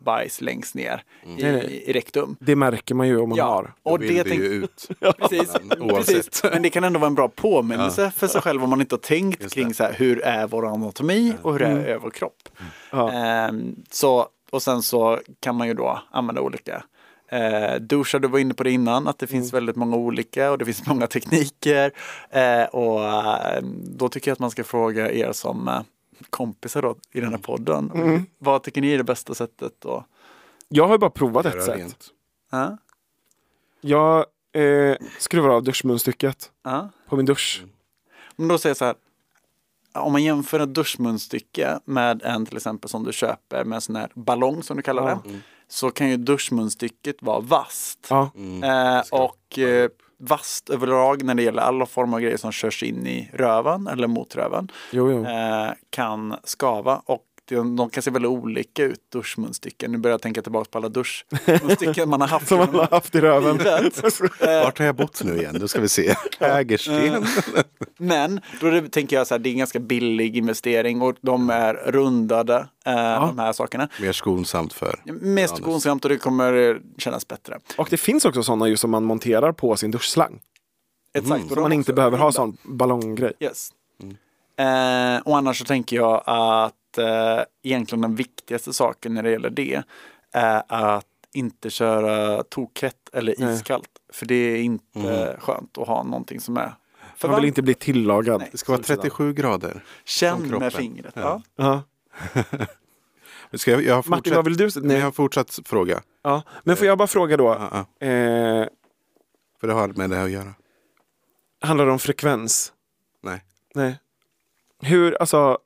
bajs längst ner i, Nej, nej. i rektum. Det märker man ju om man Ja. har. Och Och vill det det tänk... ju ut. Precis, Oavsett. precis. Men det kan ändå vara en bra påminnelse för sig själv om man inte har tänkt Just kring det. så här, hur är vår anatomi och hur är, är vår kropp. Ja. Ehm, så, och sen så kan man ju då använda olika eh, duschar. Du var inne på det innan, att det finns väldigt många olika och det finns många tekniker. Eh, och eh, då tycker jag att man ska fråga er som eh, kompisar då, i den här podden. Vad tycker ni är det bästa sättet då? Jag har ju bara provat ett Göra sätt. rent. Ja, Jag eh, skruvar av duschmunstycket ja. på min dusch. Men då säger jag så här, om man jämför ett duschmunstycke med en till exempel som du köper med en sån här ballong som du kallar Ja. det, så kan ju duschmunstycket vara vasst. Ja. Eh, och eh, vasst överlag när det gäller alla former av grejer som körs in i röven eller mot röven Jo, jo. eh, kan skava. Och de, de kan se väldigt olika ut, duschmunstycken. Nu börjar jag tänka tillbaka på alla duschmunstycken man har haft. Som man har haft i röven. Vart har jag bott nu igen? Då ska vi se. Hägersten. Men då det, tänker jag så här, det är en ganska billig investering och de är rundade, eh, de här sakerna. Mer skonsamt för. Mest skonsamt och det kommer kännas bättre. Och det finns också sådana ju som man monterar på sin duschslang. Exakt. Och Så de man är inte också behöver ha runda. sån ballonggrej. Yes. Eh, och annars så tänker jag att eh, egentligen den viktigaste saken när det gäller det är att inte köra tokhett eller Nej. iskallt. För det är inte skönt att ha någonting som är för Man vill varmt. inte bli tillagad. Nej. Det ska vara trettiosju grader. som Känn kroppen. med fingret. Ja. Ja. Ja. Ska jag, jag har Martin, fortsatt, vad vill du? Nej. Nej. Jag har fortsatt fråga. Ja. Men får jag bara fråga då. Ja, ja. Eh, För det har med det här att göra. handlar det om frekvens? Nej. Nej. Hur, alltså...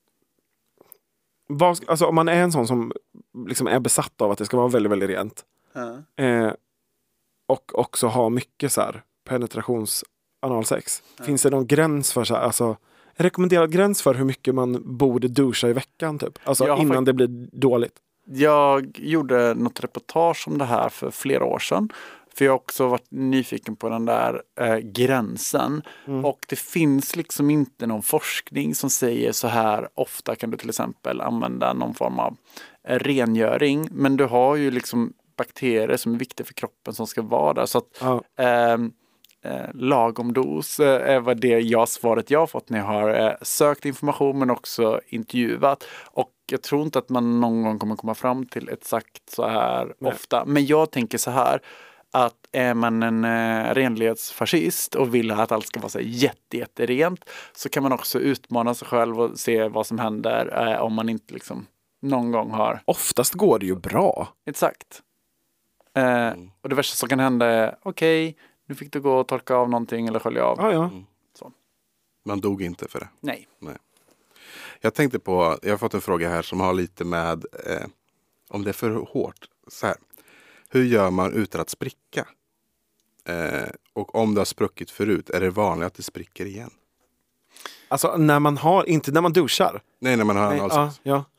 Vad, ska- alltså om man är en sån som liksom är besatt av att det ska vara väldigt, väldigt rent. Ja. Eh, och också ha mycket så här penetrations analsex. Finns det någon gräns för så här, alltså en rekommenderad gräns för hur mycket man borde duscha i veckan typ? Alltså Jag har innan fakt- det blir dåligt. Jag gjorde något reportage om det här för flera år sedan. För jag har också varit nyfiken på den där eh, gränsen. Och det finns liksom inte någon forskning som säger så här ofta kan du till exempel använda någon form av eh, rengöring. Men du har ju liksom bakterier som är viktiga för kroppen som ska vara där. Så att Ja. ehm, eh, lagom dos eh, är vad det jag svaret jag har fått när jag har eh, sökt information men också intervjuat. Och jag tror inte att man någon gång kommer komma fram till exakt så här Nej. ofta. Men jag tänker så här att är man en eh, renlighetsfascist och vill att allt ska vara så här jätte, jätterent så kan man också utmana sig själv och se vad som händer eh, om man inte liksom någon gång har Oftast går det ju bra. exakt. Eh, och det värsta som kan hända är okej, nu fick du gå och torka av någonting eller skölja av. Ja, ja. Man dog inte för det. Nej. Jag tänkte på, jag har fått en fråga här som har lite med eh, om det är för hårt. Så här. Hur gör man utan att spricka? Eh, och om det har spruckit förut, är det vanligt att det spricker igen? Alltså när man har, inte när man duschar. Nej, när man har Nej, analsex. ja, ja.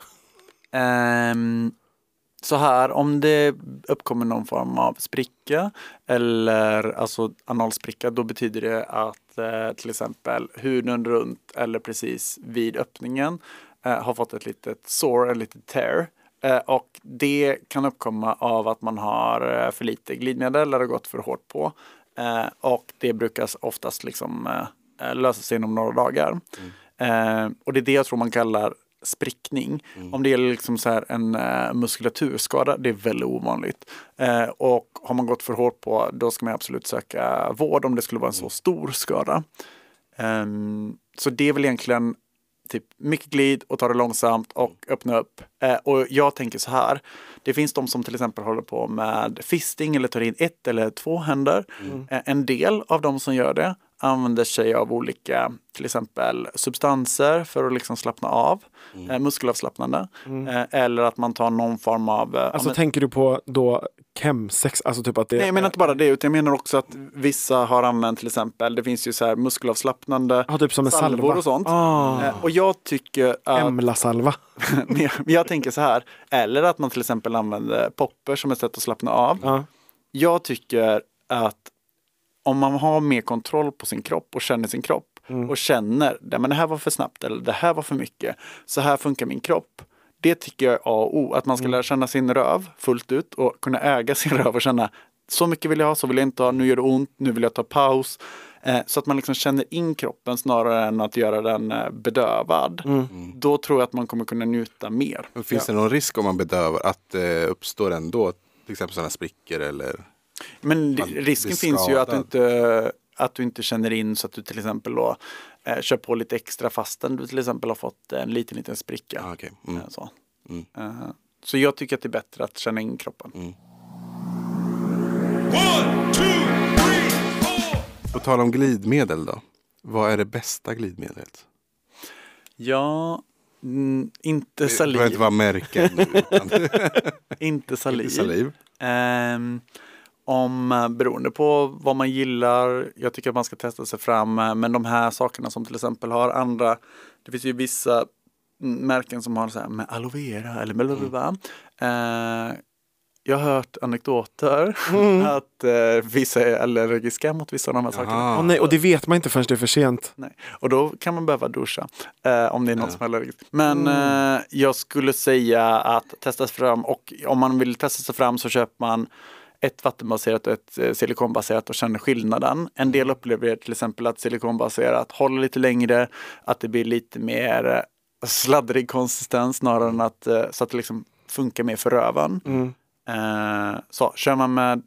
Ehm, så här, om det uppkommer någon form av spricka eller alltså analspricka, då betyder det att eh, till exempel huden runt eller precis vid öppningen eh, har fått ett litet sår, ett litet tear. Eh, och det kan uppkomma av att man har eh, för lite glidmedel eller har gått för hårt på. Eh, och det brukar oftast liksom eh, lösa sig inom några dagar. Eh, och det är det jag tror man kallar sprickning. Om det gäller liksom så här en uh, muskulaturskada, det är väldigt ovanligt. Uh, och har man gått för hårt på, då ska man absolut söka vård om det skulle vara en så stor skada. Um, så det är väl egentligen typ mycket glid och ta det långsamt och öppna upp. Uh, och jag tänker så här, det finns de som till exempel håller på med fisting eller tar in ett eller två händer. Mm. Uh, en del av de som gör det använder sig av olika till exempel substanser för att liksom slappna av, Mm. eh, muskelavslappnande. Eh, eller att man tar någon form av... Eh, Alltså men, tänker du på då chemsex? Alltså typ att det... nej, jag menar inte bara det, utan jag menar också att vissa har använt till exempel, det finns ju så här muskelavslappnande Ja, typ som en salvor salva. och sånt. Ah, Eh, och jag tycker att... Emla-salva. men jag, men jag tänker så här, eller att man till exempel använder popper som ett sätt att slappna av. Ja. Jag tycker att om man har mer kontroll på sin kropp och känner sin kropp och känner att det här var för snabbt eller det här var för mycket, så här funkar min kropp, Det tycker jag är A och O. Att man ska lära känna sin röv fullt ut och kunna äga sin röv och känna så mycket vill jag ha, så vill jag inte ha, nu gör det ont, nu vill jag ta paus. Eh, så att man liksom känner in kroppen snarare än att göra den eh, bedövad. Mm. Då tror jag att man kommer kunna njuta mer. Men finns ja. det någon risk om man bedövar att det eh, uppstår ändå till exempel sådana sprickor eller? Men risken finns ju att du, inte, att du inte känner in så att du till exempel då, eh, kör på lite extra fastän du till exempel har fått en liten liten spricka. Ah, okay. mm. eh, så. Mm. Uh, så jag tycker att det är bättre att känna in kroppen. Mm. One, two, three, four. På tal om glidmedel då. Vad är det bästa glidmedlet? Ja, mm, inte saliv. Det behöver inte vara märken. Utan inte saliv. Inte saliv. Um, om, beroende på vad man gillar. Jag tycker att man ska testa sig fram. Men de här sakerna som till exempel har andra. Det finns ju vissa märken som har så här med aloe vera eller blablabla. Mm. Uh, Jag har hört anekdoter mm. att eh, vissa är allergiska mot vissa av de här Jaha. sakerna. Oh, nej, och det vet man inte förrän det är för sent. Nej. Och då kan man behöva duscha eh, om det är någon ja. som är allergisk. Men mm. eh, jag skulle säga att testa sig fram, och om man vill testa sig fram så köper man ett vattenbaserat och ett eh, silikonbaserat och känner skillnaden. En del upplever till exempel att silikonbaserat håller lite längre, att det blir lite mer eh, sladdrig konsistens snarare än att, eh, så att det liksom funkar mer för röven. Mm. Uh, så kör man med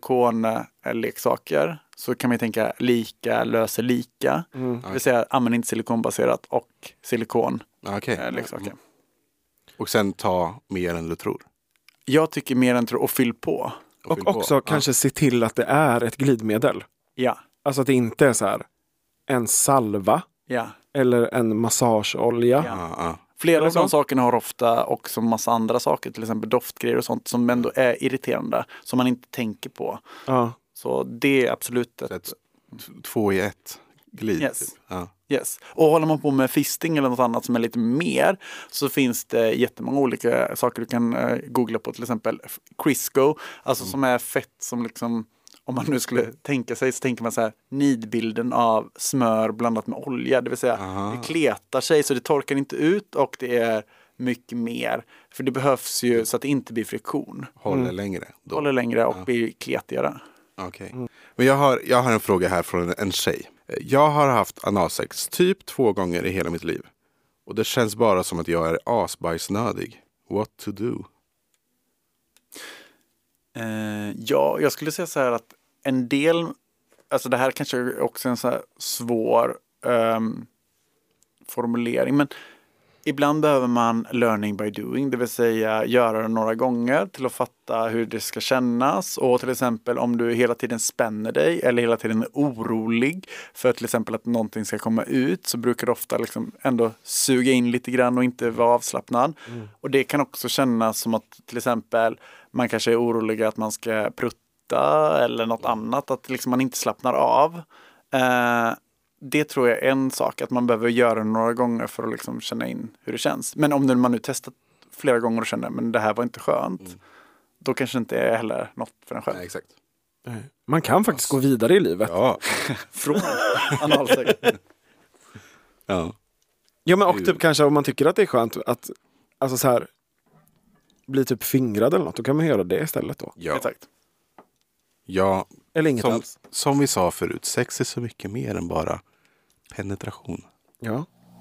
silikonleksaker så kan man tänka lika löser lika. Mm. Det vill säga använd inte silikonbaserat och silikon okay. uh, leksaker. Mm. Och sen ta mer än du tror. Jag tycker mer än tror och fyll på. Och, och fyll också på. kanske ja. se till att det är ett glidmedel. Ja. Alltså att det inte är så här en salva ja. eller en massageolja. Ja. Ja, ja. Flera av de sakerna har ofta också massa andra saker, till exempel doftgrejer och sånt som ändå är irriterande, som man inte tänker på. Ja. Så det är absolut ett... ett två i ett glid. Yes. Typ. Ja. Yes. Och håller man på med fisting eller något annat som är lite mer, så finns det jättemånga olika saker du kan uh, googla på, till exempel Crisco, alltså mm. som är fett som liksom, om man nu skulle tänka sig, så tänker man så här, nidbilden av smör blandat med olja. Det vill säga, Aha. det kletar sig så det torkar inte ut och det är mycket mer. För det behövs ju så att det inte blir friktion. Håller mm. längre. Då. Håller längre och ja. blir kletigare. Okej. Okay. Mm. Men jag har, jag har en fråga här från en tjej. Jag har haft analsex typ två gånger i hela mitt liv. Och det känns bara som att jag är asbajsnödig. What to do? Uh, ja, jag skulle säga så här att en del, alltså det här kanske också är en så här svår um, formulering, men ibland behöver man learning by doing, det vill säga göra det några gånger till att fatta hur det ska kännas. Och till exempel om du hela tiden spänner dig eller hela tiden är orolig för till exempel att någonting ska komma ut, så brukar det ofta liksom ändå suga in lite grann och inte vara avslappnad. Mm. Och det kan också kännas som att till exempel man kanske är orolig att man ska prutta eller något annat, att liksom man inte slappnar av. Eh, det tror jag är en sak, att man behöver göra några gånger för att liksom känna in hur det känns. Men om man nu testat flera gånger och känner men det här var inte skönt, mm. då kanske inte är heller något för en själv. Nej, exakt. Man kan faktiskt gå vidare i livet. Ja. Från analsex. Ja. Ja, men och typ kanske om man tycker att det är skönt att alltså så här bli typ fingrad eller något, då kan man göra det istället då. Ja. Exakt. Ja, eller inget som, alls. Som vi sa förut, sex är så mycket mer än bara penetration. Ja.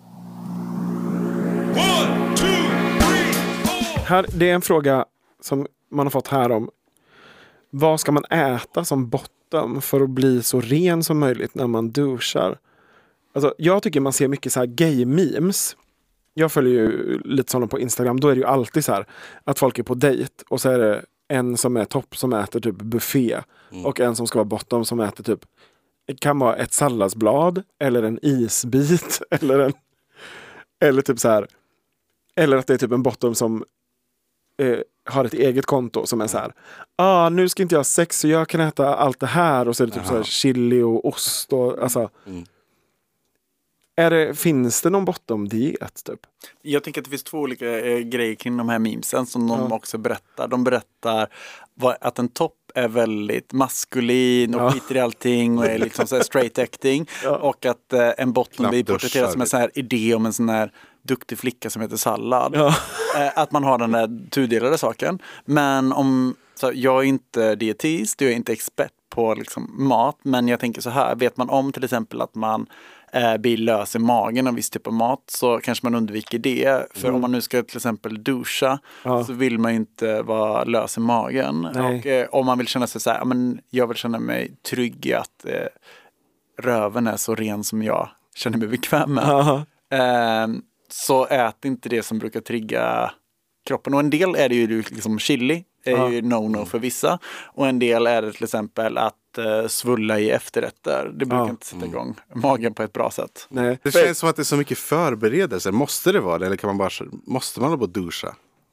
One, two, three, four. Här, det är en fråga som man har fått här om vad ska man äta som botten för att bli så ren som möjligt när man duschar. Alltså, jag tycker man ser mycket så här gay-memes. Jag följer ju lite sådana på Instagram. Då är det ju alltid så här att folk är på dejt och så är det en som är topp som äter typ buffé mm. och en som ska vara bottom som äter typ, det kan vara ett salladsblad eller en isbit eller en eller typ så här, eller att det är typ en bottom som eh, har ett eget konto som är så här, ah, nu ska inte jag ha sex så jag kan äta allt det här, och så är det typ Aha. så här chili och ost och alltså mm. Är det, finns det någon bottom-diet typ? Jag tänker att det finns två olika eh, grejer kring de här memesen som de Ja. också berättar. De berättar vad, att en topp är väldigt maskulin och Ja. skiter i allting och är liksom så här straight acting. Ja. Och att eh, en bottom Knappt blir porträtterad duschar. som en sån här idé om en sån här duktig flicka som heter Sallad. Ja. Eh, att man har den där tudelade saken. Men om, så jag är inte dietist, jag är inte expert på liksom mat, men jag tänker så här, vet man om till exempel att man eh, blir lös i magen av viss typ av mat så kanske man undviker det. För Mm. om man nu ska till exempel duscha Ja. så vill man ju inte vara lös i magen. Nej. Och eh, om man vill känna sig så här, ja, men jag vill känna mig trygg i att eh, röven är så ren som jag känner mig bekväm med. Aha. Eh, så ät inte det som brukar trigga kroppen. Och en del är det ju liksom chili, är Ja. ju no-no för vissa. Och en del är det till exempel att eh, svulla i efterrätter. Det brukar Ja. inte sätta igång magen på ett bra sätt. Nej. Det känns som att det är så mycket förberedelser. Måste det vara det? Eller kan man bara, måste man bara duscha?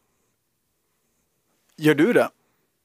Gör du det?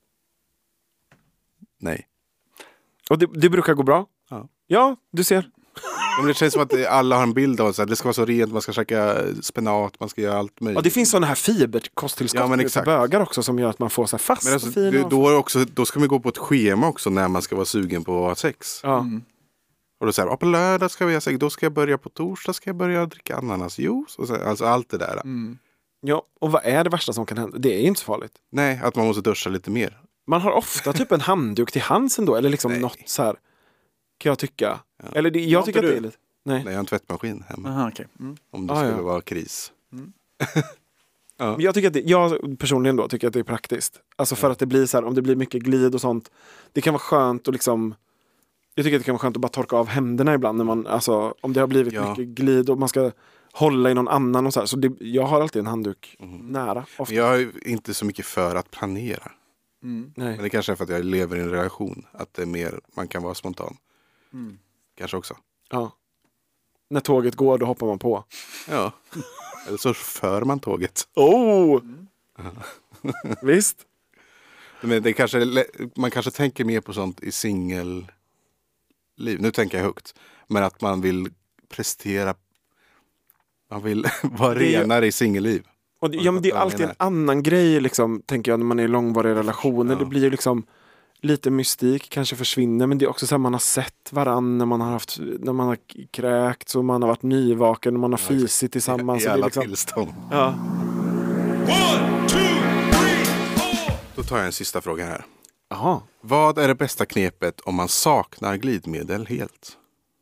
Nej. Och det, det brukar gå bra? Ja. Ja, du ser. Men det känns som att alla har en bild av att det ska vara så rent, man ska käka spenat, man ska göra allt möjligt. Ja, det finns sådana här fiberkosttillskott Ja, men för exakt. bögar också som gör att man får så här fast Men alltså, fin det, och- då, är också, då ska man gå på ett schema också när man ska vara sugen på att ha sex. Ja. Och då säger på lördag ska vi ha sex, då ska jag börja på torsdag ska jag börja dricka ananasjuice. Och så, alltså allt det där. ja, och vad är det värsta som kan hända? Det är ju inte så farligt. Nej, att man måste duscha lite mer. Man har ofta typ en handduk till hands ändå, eller liksom Nej. något så här, kan jag tycka. Eller det, jag Har tycker att inte det är du? lite... Nej. Nej, jag har en tvättmaskin hemma. Aha, okej. Mm. Om det Ah, skulle ja. vara kris. Men Jag, tycker att det, jag personligen då tycker att det är praktiskt. Alltså för att det blir så här, om det blir mycket glid och sånt. Det kan vara skönt att liksom... Jag tycker att det kan vara skönt att bara torka av händerna ibland. När man, alltså, om det har blivit Ja. mycket glid och man ska hålla i någon annan och så här. Så det, jag har alltid en handduk nära. Ofta. Men jag är inte så mycket för att planera. Mm. Nej. Men det kanske är för att jag lever i en relation. Att det är mer, man kan vara spontan. Kanske också. Ja. När tåget går, då hoppar man på. Ja. Eller så för man tåget. Oh! Visst? Men det kanske, är lä- man kanske tänker mer på sånt i singelliv. Nu tänker jag högt. Men att man vill prestera. Man vill vara Det är ju- renare i singelliv. Och det, ja, men det är Vad jag alltid en menar. annan grej, liksom, tänker jag, när man är i långvariga relationer. Ja. Det blir ju liksom lite mystik, kanske försvinner, men det är också så här, man har sett varann när man har haft, när man har kräkt, så man har varit nyvaken, när man har fisit tillsammans. I och det är alla liksom, tillstånd. ja. One, two, three, four. Då tar jag en sista fråga här. Jaha. Vad är det bästa knepet om man saknar glidmedel helt?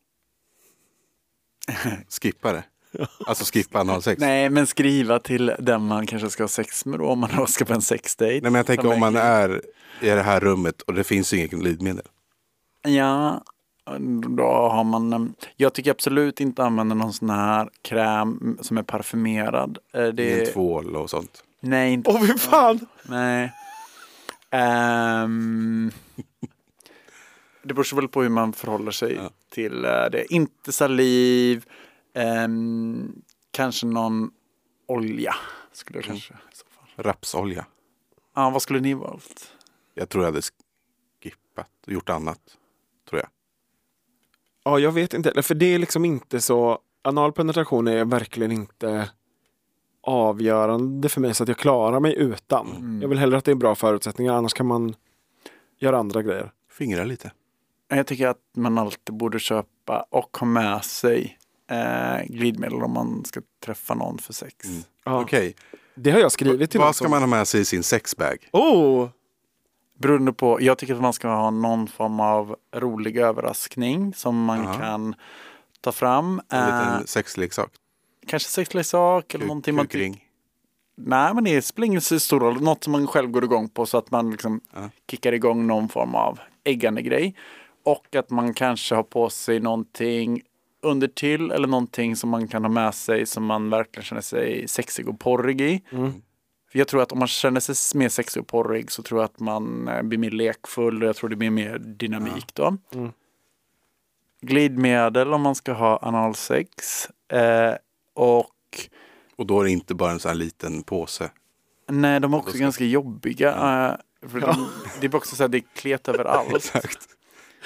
Skippa det. Alltså skippa analsex. Nej. Nej, men skriva till den man kanske ska ha sex med då, om man då ska på en sexdate. men jag tänker Som om man en- är i det här rummet och det finns inget glidmedel. Ja, då har man... em, Jag tycker absolut inte använda någon sån här kräm som är parfymerad. Eh, Det Det... är... En tvål och sånt. Nej, inte... Åh, fy fan! Nej. Ehm, det beror väl på hur man förhåller sig Ja. till eh, det. Inte saliv. ehm, kanske någon olja. Skulle jag kanske i så fall. Rapsolja. Ja, vad skulle ni valt? Jag tror jag hade skippat och gjort annat. Tror jag. Ja, jag vet inte. För det är liksom inte så... Anal penetration är verkligen inte avgörande för mig så att jag klarar mig utan. Mm. Jag vill hellre att det är bra förutsättningar, annars kan man göra andra grejer. Fingra lite. Jag tycker att man alltid borde köpa och ha med sig eh, glidmedel om man ska träffa någon för sex. Mm. Ja. Okej. Det har jag skrivit till någon Vad ska som- man ha med sig i sin sexbag? Oh! Beroende på, jag tycker att man ska ha någon form av rolig överraskning som man Ja. kan ta fram. En Eh, liten sexleksak? kanske sexleksak eller Kuk- någonting man kukring? tycker. Nej, men det spelar ingen så stor roll. Något som man själv går igång på så att man liksom Ja. kickar igång någon form av äggande grej. Och att man kanske har på sig någonting under till eller någonting som man kan ha med sig som man verkligen känner sig sexig och porrig i. För jag tror att om man känner sig mer sexig och porrig så tror jag att man eh, blir mer lekfull och jag tror det blir mer dynamik då. Mm. Glidmedel om man ska ha analsex. Eh, och Och då är det inte bara en sån här liten påse. nej, de är Då också ska- ganska jobbiga. eh, för de, det är också så här, det är klet överallt. Exakt.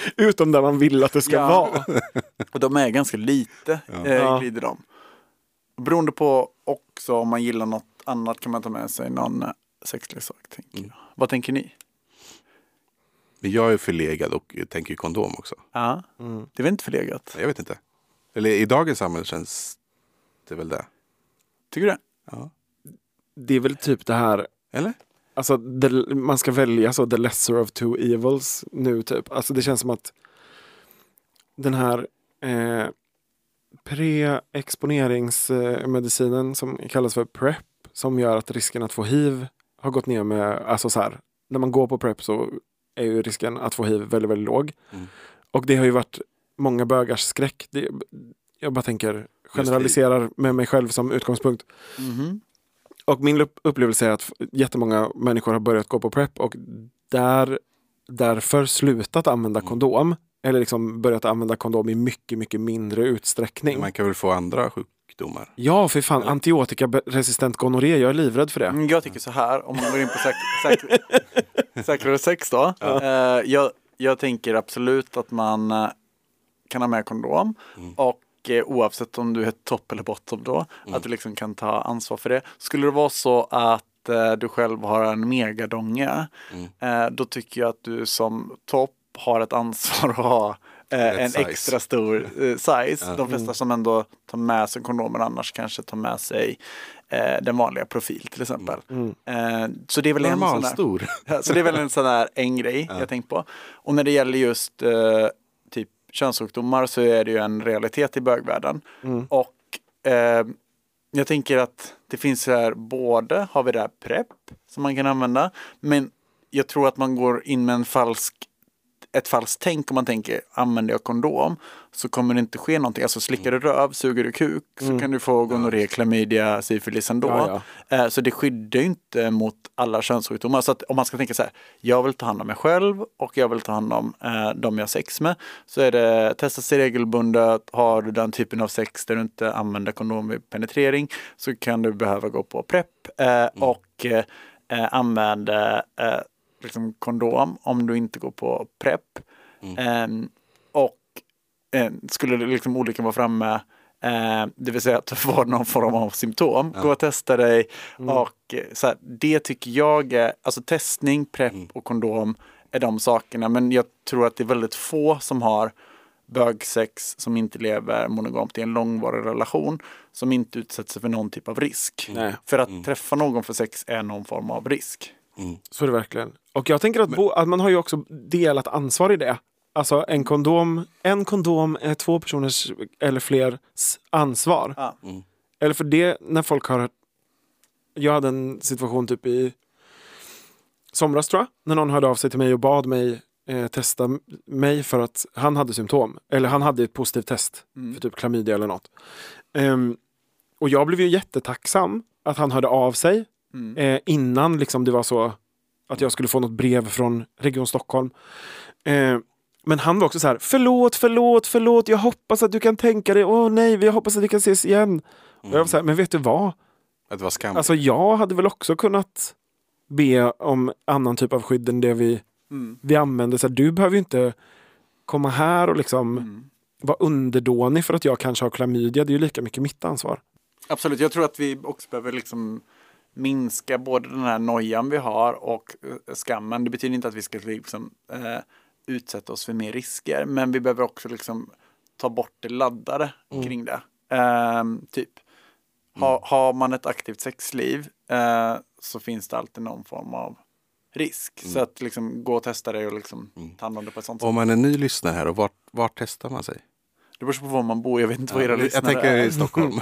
Utom där man vill att det ska Ja. vara. Och de är ganska lite, eh, Ja. glider de. Beroende på också om man gillar något annat kan man ta med sig någon eh, sexleksak. Tänker jag. Vad tänker ni? Men jag är förlegad och tänker kondom också. Ja, Mm. det är väl inte förlegat? Jag vet inte. Eller i dagens samhälle känns det väl det. Tycker du det? Ja. Det är väl typ det här, Eller? alltså det, man ska välja så the lesser of two evils nu typ. Alltså det känns som att den här eh, pre-exponeringsmedicinen som kallas för PrEP, som gör att risken att få hiv har gått ner med, alltså så här, när man går på PrEP så är ju risken att få hiv väldigt, väldigt låg. Mm. Och det har ju varit många bögars skräck. Det, jag bara tänker, generaliserar med mig själv som utgångspunkt. Mhm. Och min upp- upplevelse är att jättemånga människor har börjat gå på PrEP och där, därför slutat använda Mm. kondom. Eller liksom börjat använda kondom i mycket, mycket mindre utsträckning. Man kan väl få andra sjukdomar? Ja, för fan. Antibiotikaresistent gonorré, jag är livrädd för det. Mm, Jag tycker så här, om man går in på säk- säk- säkrare sex då. Eh, jag, jag tänker absolut att man eh, kan ha med kondom. Mm. Och eh, oavsett om du är topp eller bottom då, att du liksom kan ta ansvar för det. Skulle det vara så att eh, du själv har en megadånge, Mm. eh, då tycker jag att du som topp har ett ansvar att ha eh, Rätt en size. extra stor eh, size. Ja. De flesta som ändå tar med sig kondomer annars kanske tar med sig eh, den vanliga profil till exempel. Mm. Eh, så det är väl en sån där, Normalstor. Ja, så det är väl en sån där en grej jag tänkt på. Och när det gäller just eh, typ könssjukdomar så är det ju en realitet i bögvärlden. Mm. Och eh, jag tänker att det finns här både, har vi det här PrEP som man kan använda, men jag tror att man går in med en falsk ett falskt tänk om man tänker, använder jag kondom så kommer det inte ske någonting. Alltså slickar du röv, suger du kuk så kan du få gonorré, klamydia, syfilis ändå. Ja, Eh, Så det skyddar ju inte mot alla könssjukdomar. Så att om man ska tänka så här, jag vill ta hand om mig själv och jag vill ta hand om eh, de jag har sex med. Så är det, testa sig regelbundet, har du den typen av sex där du inte använder kondom vid penetrering så kan du behöva gå på PrEP eh, och eh, använda eh, liksom kondom om du inte går på PrEP. Mm. och eh, skulle det liksom olyckan vara framme, eh, det vill säga att du får någon form av symptom, Ja. gå och testa dig. Mm. Och eh, så här, det tycker jag är, alltså testning, PrEP och kondom är de sakerna. Men jag tror att det är väldigt få som har bögsex som inte lever monogamt i en långvarig relation som inte utsätter sig för någon typ av risk. Nej. För att träffa någon för sex är någon form av risk. Mm. Så är det verkligen. Och jag tänker att, bo, att man har ju också delat ansvar i det. Alltså en kondom, en kondom är två personers eller fler ansvar. Ja. Mm. Eller för det, när folk har... Jag hade en situation typ i somras tror jag. När någon hörde av sig till mig och bad mig eh, testa mig för att han hade symptom. Eller han hade ett positivt test Mm. för typ klamydia eller något. Ehm, och jag blev ju jättetacksam att han hörde av sig. Mm. Eh, innan liksom det var så att jag skulle få något brev från Region Stockholm. Eh, men han var också så här, förlåt, förlåt, förlåt, jag hoppas att du kan tänka dig, åh nej, jag hoppas att vi kan ses igen. Och jag var så här, men vet du vad? Att det var skam. Alltså jag hade väl också kunnat be om annan typ av skydd än det vi, Mm. vi använder. Så här, du behöver ju inte komma här och liksom Mm. vara underdånig för att jag kanske har klamydia. Det är ju lika mycket mitt ansvar. Absolut, jag tror att vi också behöver liksom minska både den här nojan vi har och eh, skammen. Det betyder inte att vi ska liksom, eh, utsätta oss för mer risker, men vi behöver också liksom ta bort det laddade kring det. Ehm, typ, ha, har man ett aktivt sexliv eh, så finns det alltid någon form av risk. Så att liksom gå och testa det och liksom ta hand om det på ett sånt sätt. Om man är ny lyssnare här, och vart, vart testar man sig? Det beror på var man bor, jag vet inte vad era jag lyssnare tänker är. i Stockholm.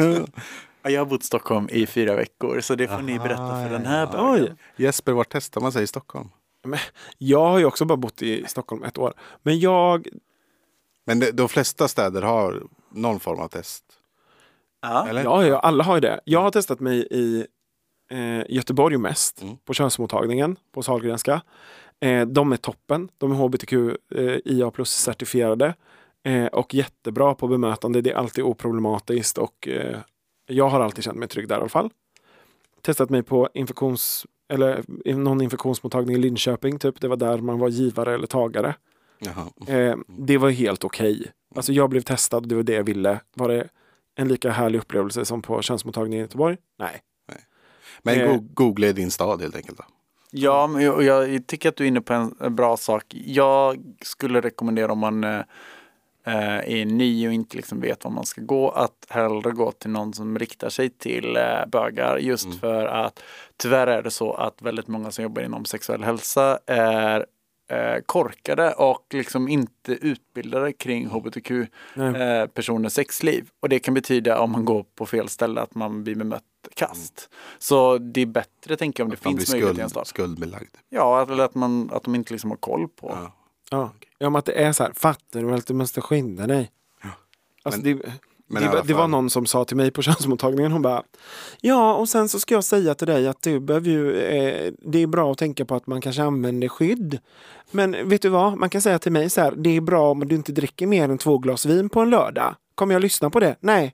Ja, jag har bott i Stockholm i fyra veckor, så det får ni berätta för den här bögen. Oj. Jesper, vart testar man sig i Stockholm? Jag har ju också bara bott i Stockholm ett år. Men jag, Men det, de flesta städer har någon form av test. Ja. Eller? ja, ja, alla har ju det. Jag har testat mig i eh, Göteborg mest. Mm. På könsmottagningen på Sahlgrenska. Eh, de är toppen. De är H B T Q eh, I A plus certifierade. Eh, och jättebra på bemötande. Det är alltid oproblematiskt. Och eh, jag har alltid känt mig trygg där i alla fall. Testat mig på infektions... Eller någon infektionsmottagning i Linköping. Typ. Det var där man var givare eller tagare. Jaha. Eh, det var helt okej. Alltså jag blev testad, det var det jag ville. Var det en lika härlig upplevelse som på könsmottagningen i Göteborg? Nej. Men Eh. go- googla din stad helt enkelt då. Ja, men jag, jag tycker att du är inne på en, en bra sak. Jag skulle rekommendera om man eh, är ny och inte liksom vet var man ska gå, att hellre gå till någon som riktar sig till eh, bögar. Just mm. för att tyvärr är det så att väldigt många som jobbar inom sexuell hälsa är eh, korkade och liksom inte utbildade kring H B T Q-personers eh, sexliv. Och det kan betyda om man går på fel ställe att man blir bemött kast. Mm. Så det är bättre, tänker jag, om det att finns möjlighet i en skuld, stad. skuldbelagd. Ja, eller att, man, att de inte liksom har koll på. Ja. Ja, ja men att det är så här, fattar du att du måste skynda dig? Ja. Alltså Men- det, Men det, i alla var- det var fall- någon som sa till mig på könsmottagningen, hon bara, ja och sen så ska jag säga till dig att du behöver ju, eh, det är bra att tänka på att man kanske använder skydd. Men vet du vad, man kan säga till mig så här, det är bra om du inte dricker mer än två glas vin på en lördag. Kommer jag lyssna på det? Nej.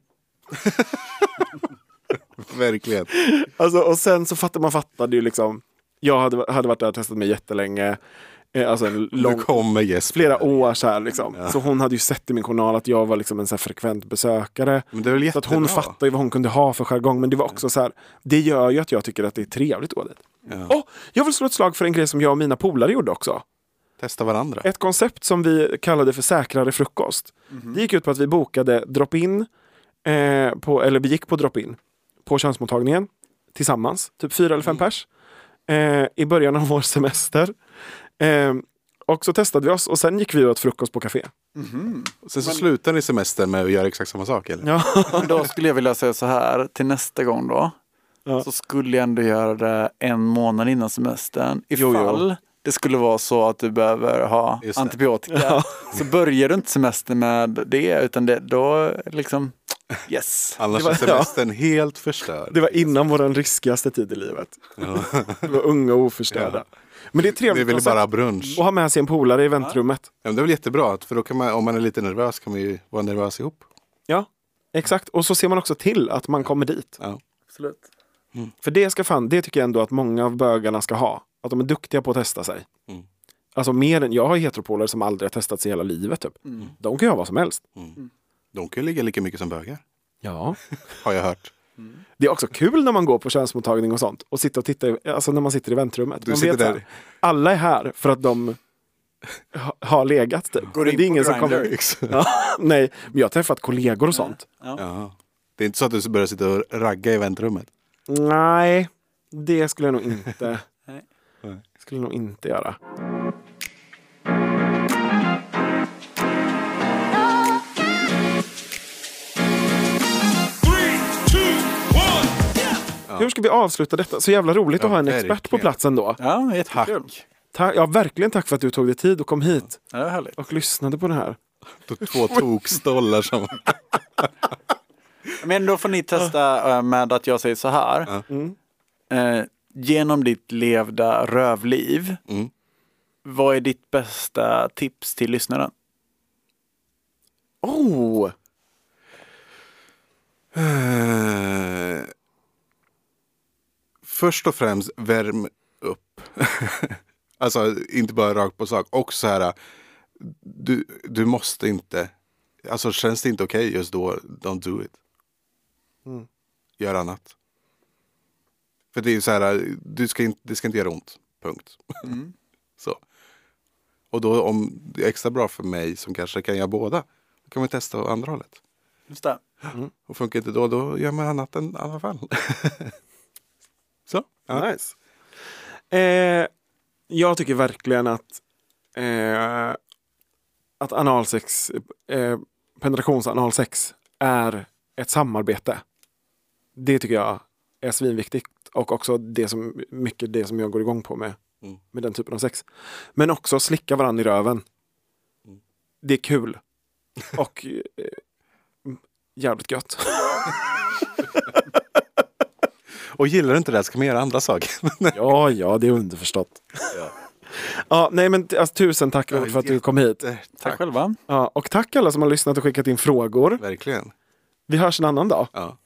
Verkligen. Alltså, och sen så fattade man fattade ju liksom, jag hade, hade varit där och testat mig jättelänge, eh, alltså en lång, Nu kommer Jesper. flera år så här liksom. Ja. Så hon hade ju sett i min journal att jag var liksom en så här frekvent besökare. Men det är väl Så att hon jättebra. fattar ju vad hon kunde ha för jargong. Men det var också så här, det gör ju att jag tycker att det är trevligt att gå dit. Ja. Och jag vill slå ett slag för en grej som jag och mina polare gjorde också. Testa varandra. Ett koncept som vi kallade för säkrare frukost. Det gick ut på att vi bokade drop-in, eh, på, eller vi gick på drop-in på könsmottagningen tillsammans, typ fyra eller fem pers, eh, i början av vår semester. Eh, och så testade vi oss och sen gick vi och åt frukost på café. Sen så slutar ni semestern med att göra exakt samma sak, eller? Ja. Men då skulle jag vilja säga så här, till nästa gång då, Ja. så skulle jag ändå göra det en månad innan semestern. Jo, jo. Ifall det skulle vara så att du behöver ha Just det. antibiotika, Ja. så börjar du inte semestern med det, utan det, då liksom, yes. Annars Det var- är semestern helt förstörd. Det var innan vår riskigaste tid i livet. Vi var unga och oförstörda. Ja. Men det är Vi trevligt vill koncept bara ha brunch. att ha med sig en polare i väntrummet. Ja, men det är väl jättebra, för då kan man, om man är lite nervös kan man ju vara nervös ihop. Ja, exakt. Och så ser man också till att man kommer dit. Ja. Absolut. För det ska fan, det tycker jag ändå att många av bögarna ska ha. Att de är duktiga på att testa sig. Mm. Alltså mer än, jag har heteropolare som aldrig har testat sig hela livet typ. De kan ju ha vad som helst. De kan ju ligga lika mycket som bögar, Ja. har jag hört. Det är också kul när man går på könsmottagning och sånt. Och sitta och titta, i- alltså när man sitter i väntrummet. Du Man sitter vet så här, där. alla är här för att de ha, har legat typ. Går Men in det är på ingen som Grindr. kommer. Ja, nej, men jag har träffat kollegor och sånt. Ja. Det är inte så att du börjar sitta och ragga i väntrummet. Nej, det skulle jag nog inte. Nej. Skulle jag nog inte göra. Three, two, one. Hur ska vi avsluta detta? Så jävla roligt Ja, att ha en expert på verkligen. platsen då. Ja, jättekul. Tack. Ta- ja, verkligen tack för att du tog dig tid och kom hit Ja, det var härligt. och lyssnade på det här. Två tokstollar som... Men då får ni testa eh, med att jag säger så här. Mm. Eh, genom ditt levda rövliv, Mm. vad är ditt bästa tips till lyssnaren? Oh! Eh, Först och främst, värm upp. Alltså, inte bara rakt på sak. Och så här, du, du måste inte... Alltså, känns det inte okej just då, don't do it. Mm. Gör annat. För det är ju så här, du ska inte, det ska inte göra ont. Punkt. Så. Och då om det är extra bra för mig som kanske kan göra båda, då kan vi testa å andra hållet. Just det. Och funkar inte då, då gör man annat än i alla fall. Så. Ja. Nice. Eh, jag tycker verkligen att eh, att analsex, eh, penetrationsanalsex är ett samarbete. Det tycker jag är svinviktigt. Och också det som, mycket det som jag går igång på med, Mm. med den typen av sex. Men också slicka varandra i röven. Mm. Det är kul. Och eh, jävligt gött. Och gillar du inte det ska man göra andra saker. Ja, ja, det är underförstått. Ja, nej men alltså, tusen tack Ja, för att du kom hit. Tack. Tack själva. Ja, och tack alla som har lyssnat och skickat in frågor. Verkligen. Vi hörs en annan dag. Ja.